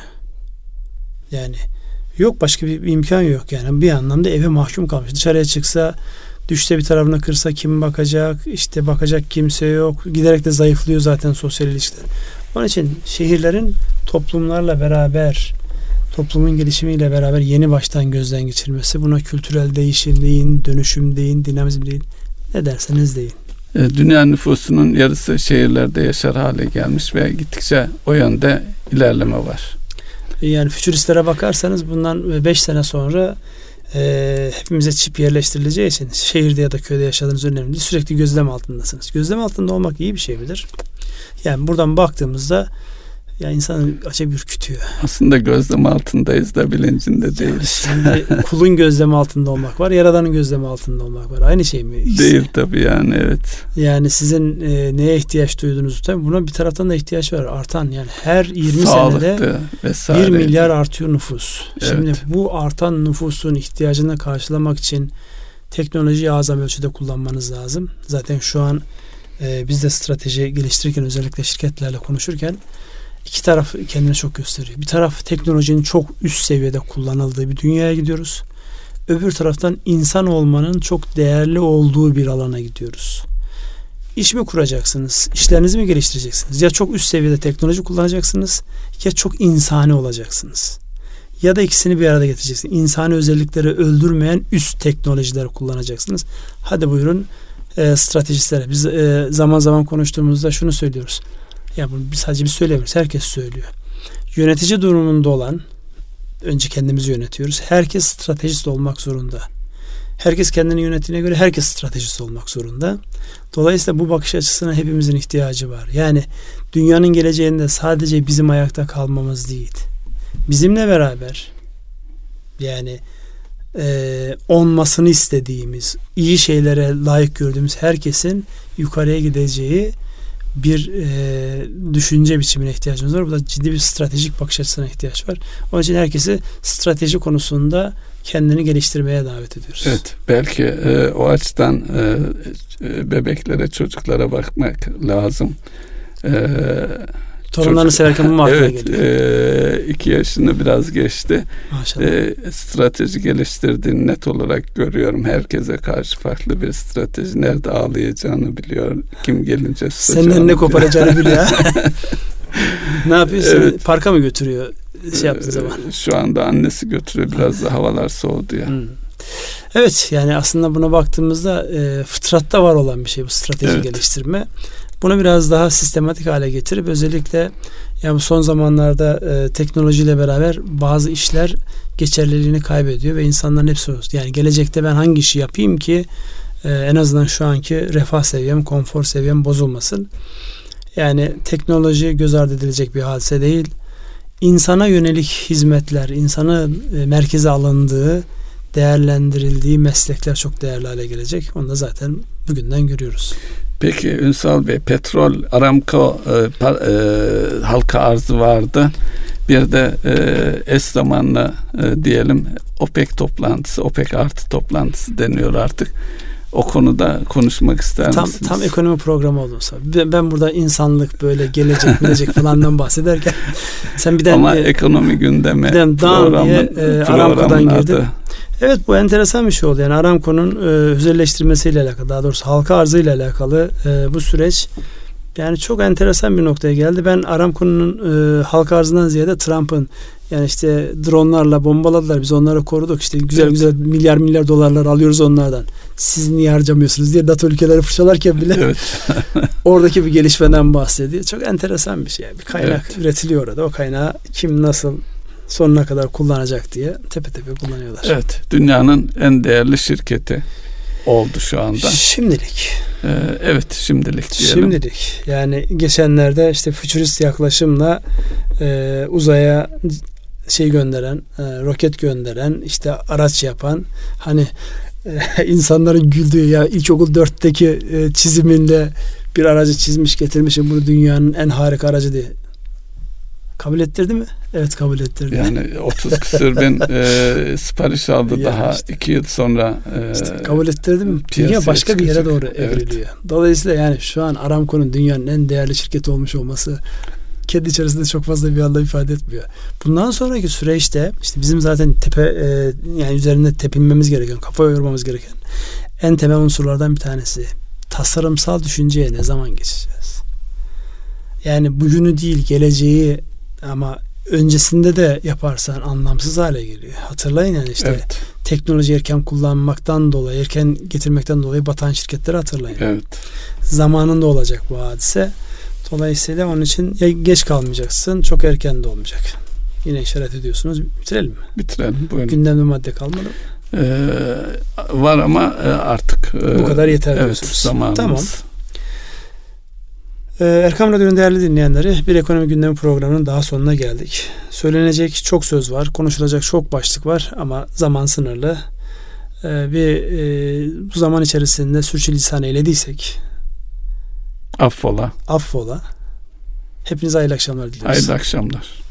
Yani yok, başka bir imkan yok yani, bir anlamda eve mahkum kalmış. Dışarıya çıksa, düşse bir tarafına kırsa kim bakacak? İşte bakacak kimse yok. Giderek de zayıflıyor zaten sosyal ilişkiler. Onun için şehirlerin toplumlarla beraber, toplumun gelişimiyle beraber yeni baştan gözden geçirilmesi, buna kültürel değişim deyin, dönüşüm deyin, dinamizm deyin, ne derseniz deyin. Dünya nüfusunun yarısı şehirlerde yaşar hale gelmiş ve gittikçe o yönde ilerleme var. Yani fütüristlere bakarsanız bundan 5 sene sonra hepimize çip yerleştirileceği için şehirde ya da köyde yaşadığınız önemli değil. Sürekli gözlem altındasınız. Gözlem altında olmak iyi bir şey midir? Yani buradan baktığımızda ya insanı acayip ürkütüyor. Aslında gözlem altındayız da bilincinde değiliz. Şimdi kulun gözlem altında olmak var, Yaradan'ın gözlem altında olmak var. Aynı şey mi? İkisi? Değil tabii yani, evet. Yani sizin neye ihtiyaç duyduğunuz, tabii buna bir taraftan da ihtiyaç var. Artan, yani her 20 Sağlıklı senede vesaire. 1 milyar artıyor nüfus. Evet. Şimdi bu artan nüfusun ihtiyacını karşılamak için teknolojiyi azam ölçüde kullanmanız lazım. Zaten şu an biz de strateji geliştirirken, özellikle şirketlerle konuşurken İki taraf kendini çok gösteriyor. Bir taraf teknolojinin çok üst seviyede kullanıldığı bir dünyaya gidiyoruz. Öbür taraftan insan olmanın çok değerli olduğu bir alana gidiyoruz. İş mi kuracaksınız? İşlerinizi mi geliştireceksiniz? Ya çok üst seviyede teknoloji kullanacaksınız, ya çok insani olacaksınız. Ya da ikisini bir arada getireceksiniz. İnsani özellikleri öldürmeyen üst teknolojileri kullanacaksınız. Hadi buyurun stratejistlere. Biz zaman zaman konuştuğumuzda şunu söylüyoruz. Ya bunu sadece biz söylemiyoruz. Herkes söylüyor. Yönetici durumunda olan, önce kendimizi yönetiyoruz. Herkes stratejist olmak zorunda. Herkes kendini yönettiğine göre herkes stratejist olmak zorunda. Dolayısıyla bu bakış açısına hepimizin ihtiyacı var. Yani dünyanın geleceğinde sadece bizim ayakta kalmamız değil, bizimle beraber yani olmasını istediğimiz, iyi şeylere layık gördüğümüz herkesin yukarıya gideceği bir düşünce biçimine ihtiyacımız var. Burada ciddi bir stratejik bakış açısına ihtiyaç var. Onun için herkesi strateji konusunda kendini geliştirmeye davet ediyoruz. Evet, belki o açıdan bebeklere, çocuklara bakmak lazım. Torunlarını severken bu mu aklına geliyor? Evet, 2 yaşını biraz geçti. Maşallah. Strateji geliştirdiğini net olarak görüyorum. Herkese karşı farklı bir strateji. Nerede ağlayacağını biliyor. Kim gelince susacağını senden ne koparacağını biliyor. Ne yapıyorsun? Evet. Parka mı götürüyor yaptığı zaman? Şu anda annesi götürüyor. Biraz da havalar soğudu ya. Evet, yani aslında buna baktığımızda fıtratta var olan bir şey bu strateji geliştirme. Bunu biraz daha sistematik hale getirip özellikle yani bu son zamanlarda teknolojiyle beraber bazı işler geçerliliğini kaybediyor ve insanların hepsi yani gelecekte ben hangi işi yapayım ki en azından şu anki refah seviyem, konfor seviyem bozulmasın. Yani teknoloji göz ardı edilecek bir hadise değil. İnsana yönelik hizmetler, insanın merkeze alındığı, değerlendirildiği meslekler çok değerli hale gelecek. Onu da zaten bugünden görüyoruz. Peki Ünsal Bey, petrol Aramco halka arzı vardı. Bir de eş zamanlı diyelim OPEC toplantısı, OPEC artı toplantısı deniyor artık. O konuda konuşmak ister misiniz? Tam ekonomi programı olursa. Ben burada insanlık böyle gelecek falandan bahsederken sen birden ama ekonomi gündemi programın Aramco'dan girdi. Evet, bu enteresan bir şey oldu. Yani Aramco'nun özelleştirmesiyle alakalı, daha doğrusu halka arzıyla alakalı bu süreç yani çok enteresan bir noktaya geldi. Ben Aramco'nun halka arzından ziyade Trump'ın Yani işte dronlarla bombaladılar. Biz onları koruduk. İşte güzel milyar dolarlar alıyoruz onlardan. Siz niye harcamıyorsunuz diye NATO ülkeleri fırçalarken bile oradaki bir gelişmeden bahsediyor. Çok enteresan bir şey. Bir kaynak üretiliyor orada. O kaynağı kim nasıl sonuna kadar kullanacak diye tepe kullanıyorlar. Evet. Dünyanın en değerli şirketi oldu şu anda. Şimdilik. Evet, şimdilik diyelim. Şimdilik. Yani geçenlerde işte fütürist yaklaşımla uzaya gönderen, roket gönderen, işte araç yapan, hani insanların güldüğü ya ilkokul 4'teki çiziminde bir aracı çizmiş getirmişim, bunu dünyanın en harika aracı diye. Kabul ettirdi mi? Evet, kabul ettirdi. Yani 30 küsur bin sipariş aldı yani daha işte, 2 yıl sonra. İşte kabul ettirdi mi? Dünya başka bir yere doğru evriliyor. Dolayısıyla yani şu an Aramco'nun dünyanın en değerli şirketi olmuş olması kendi içerisinde çok fazla bir anlam ifade etmiyor. Bundan sonraki süreçte işte bizim zaten yani üzerinde tepinmemiz gereken, kafa yormamız gereken en temel unsurlardan bir tanesi. Tasarımsal düşünceye ne zaman geçeceğiz? Yani bugünü değil, geleceği, ama öncesinde de yaparsan anlamsız hale geliyor. Hatırlayın yani işte teknoloji erken kullanmaktan dolayı, erken getirmekten dolayı batan şirketleri hatırlayın. Evet. Zamanında olacak bu hadise. Dolayısıyla onun için ya geç kalmayacaksın, çok erken de olmayacak. Yine işaret ediyorsunuz. Bitirelim mi? Bitirelim. Buyurun. Gündemde madde kalmadı mı? Var ama artık bu kadar yeter diyorsunuz. Zamanımız. Tamam. Erkam Radyo'nun değerli dinleyenleri, bir ekonomi gündemi programının daha sonuna geldik. Söylenecek çok söz var, konuşulacak çok başlık var ama zaman sınırlı. Bu zaman içerisinde sürçülisan eylediysek affola. Hepinize hayırlı akşamlar diliyoruz. Hayırlı akşamlar.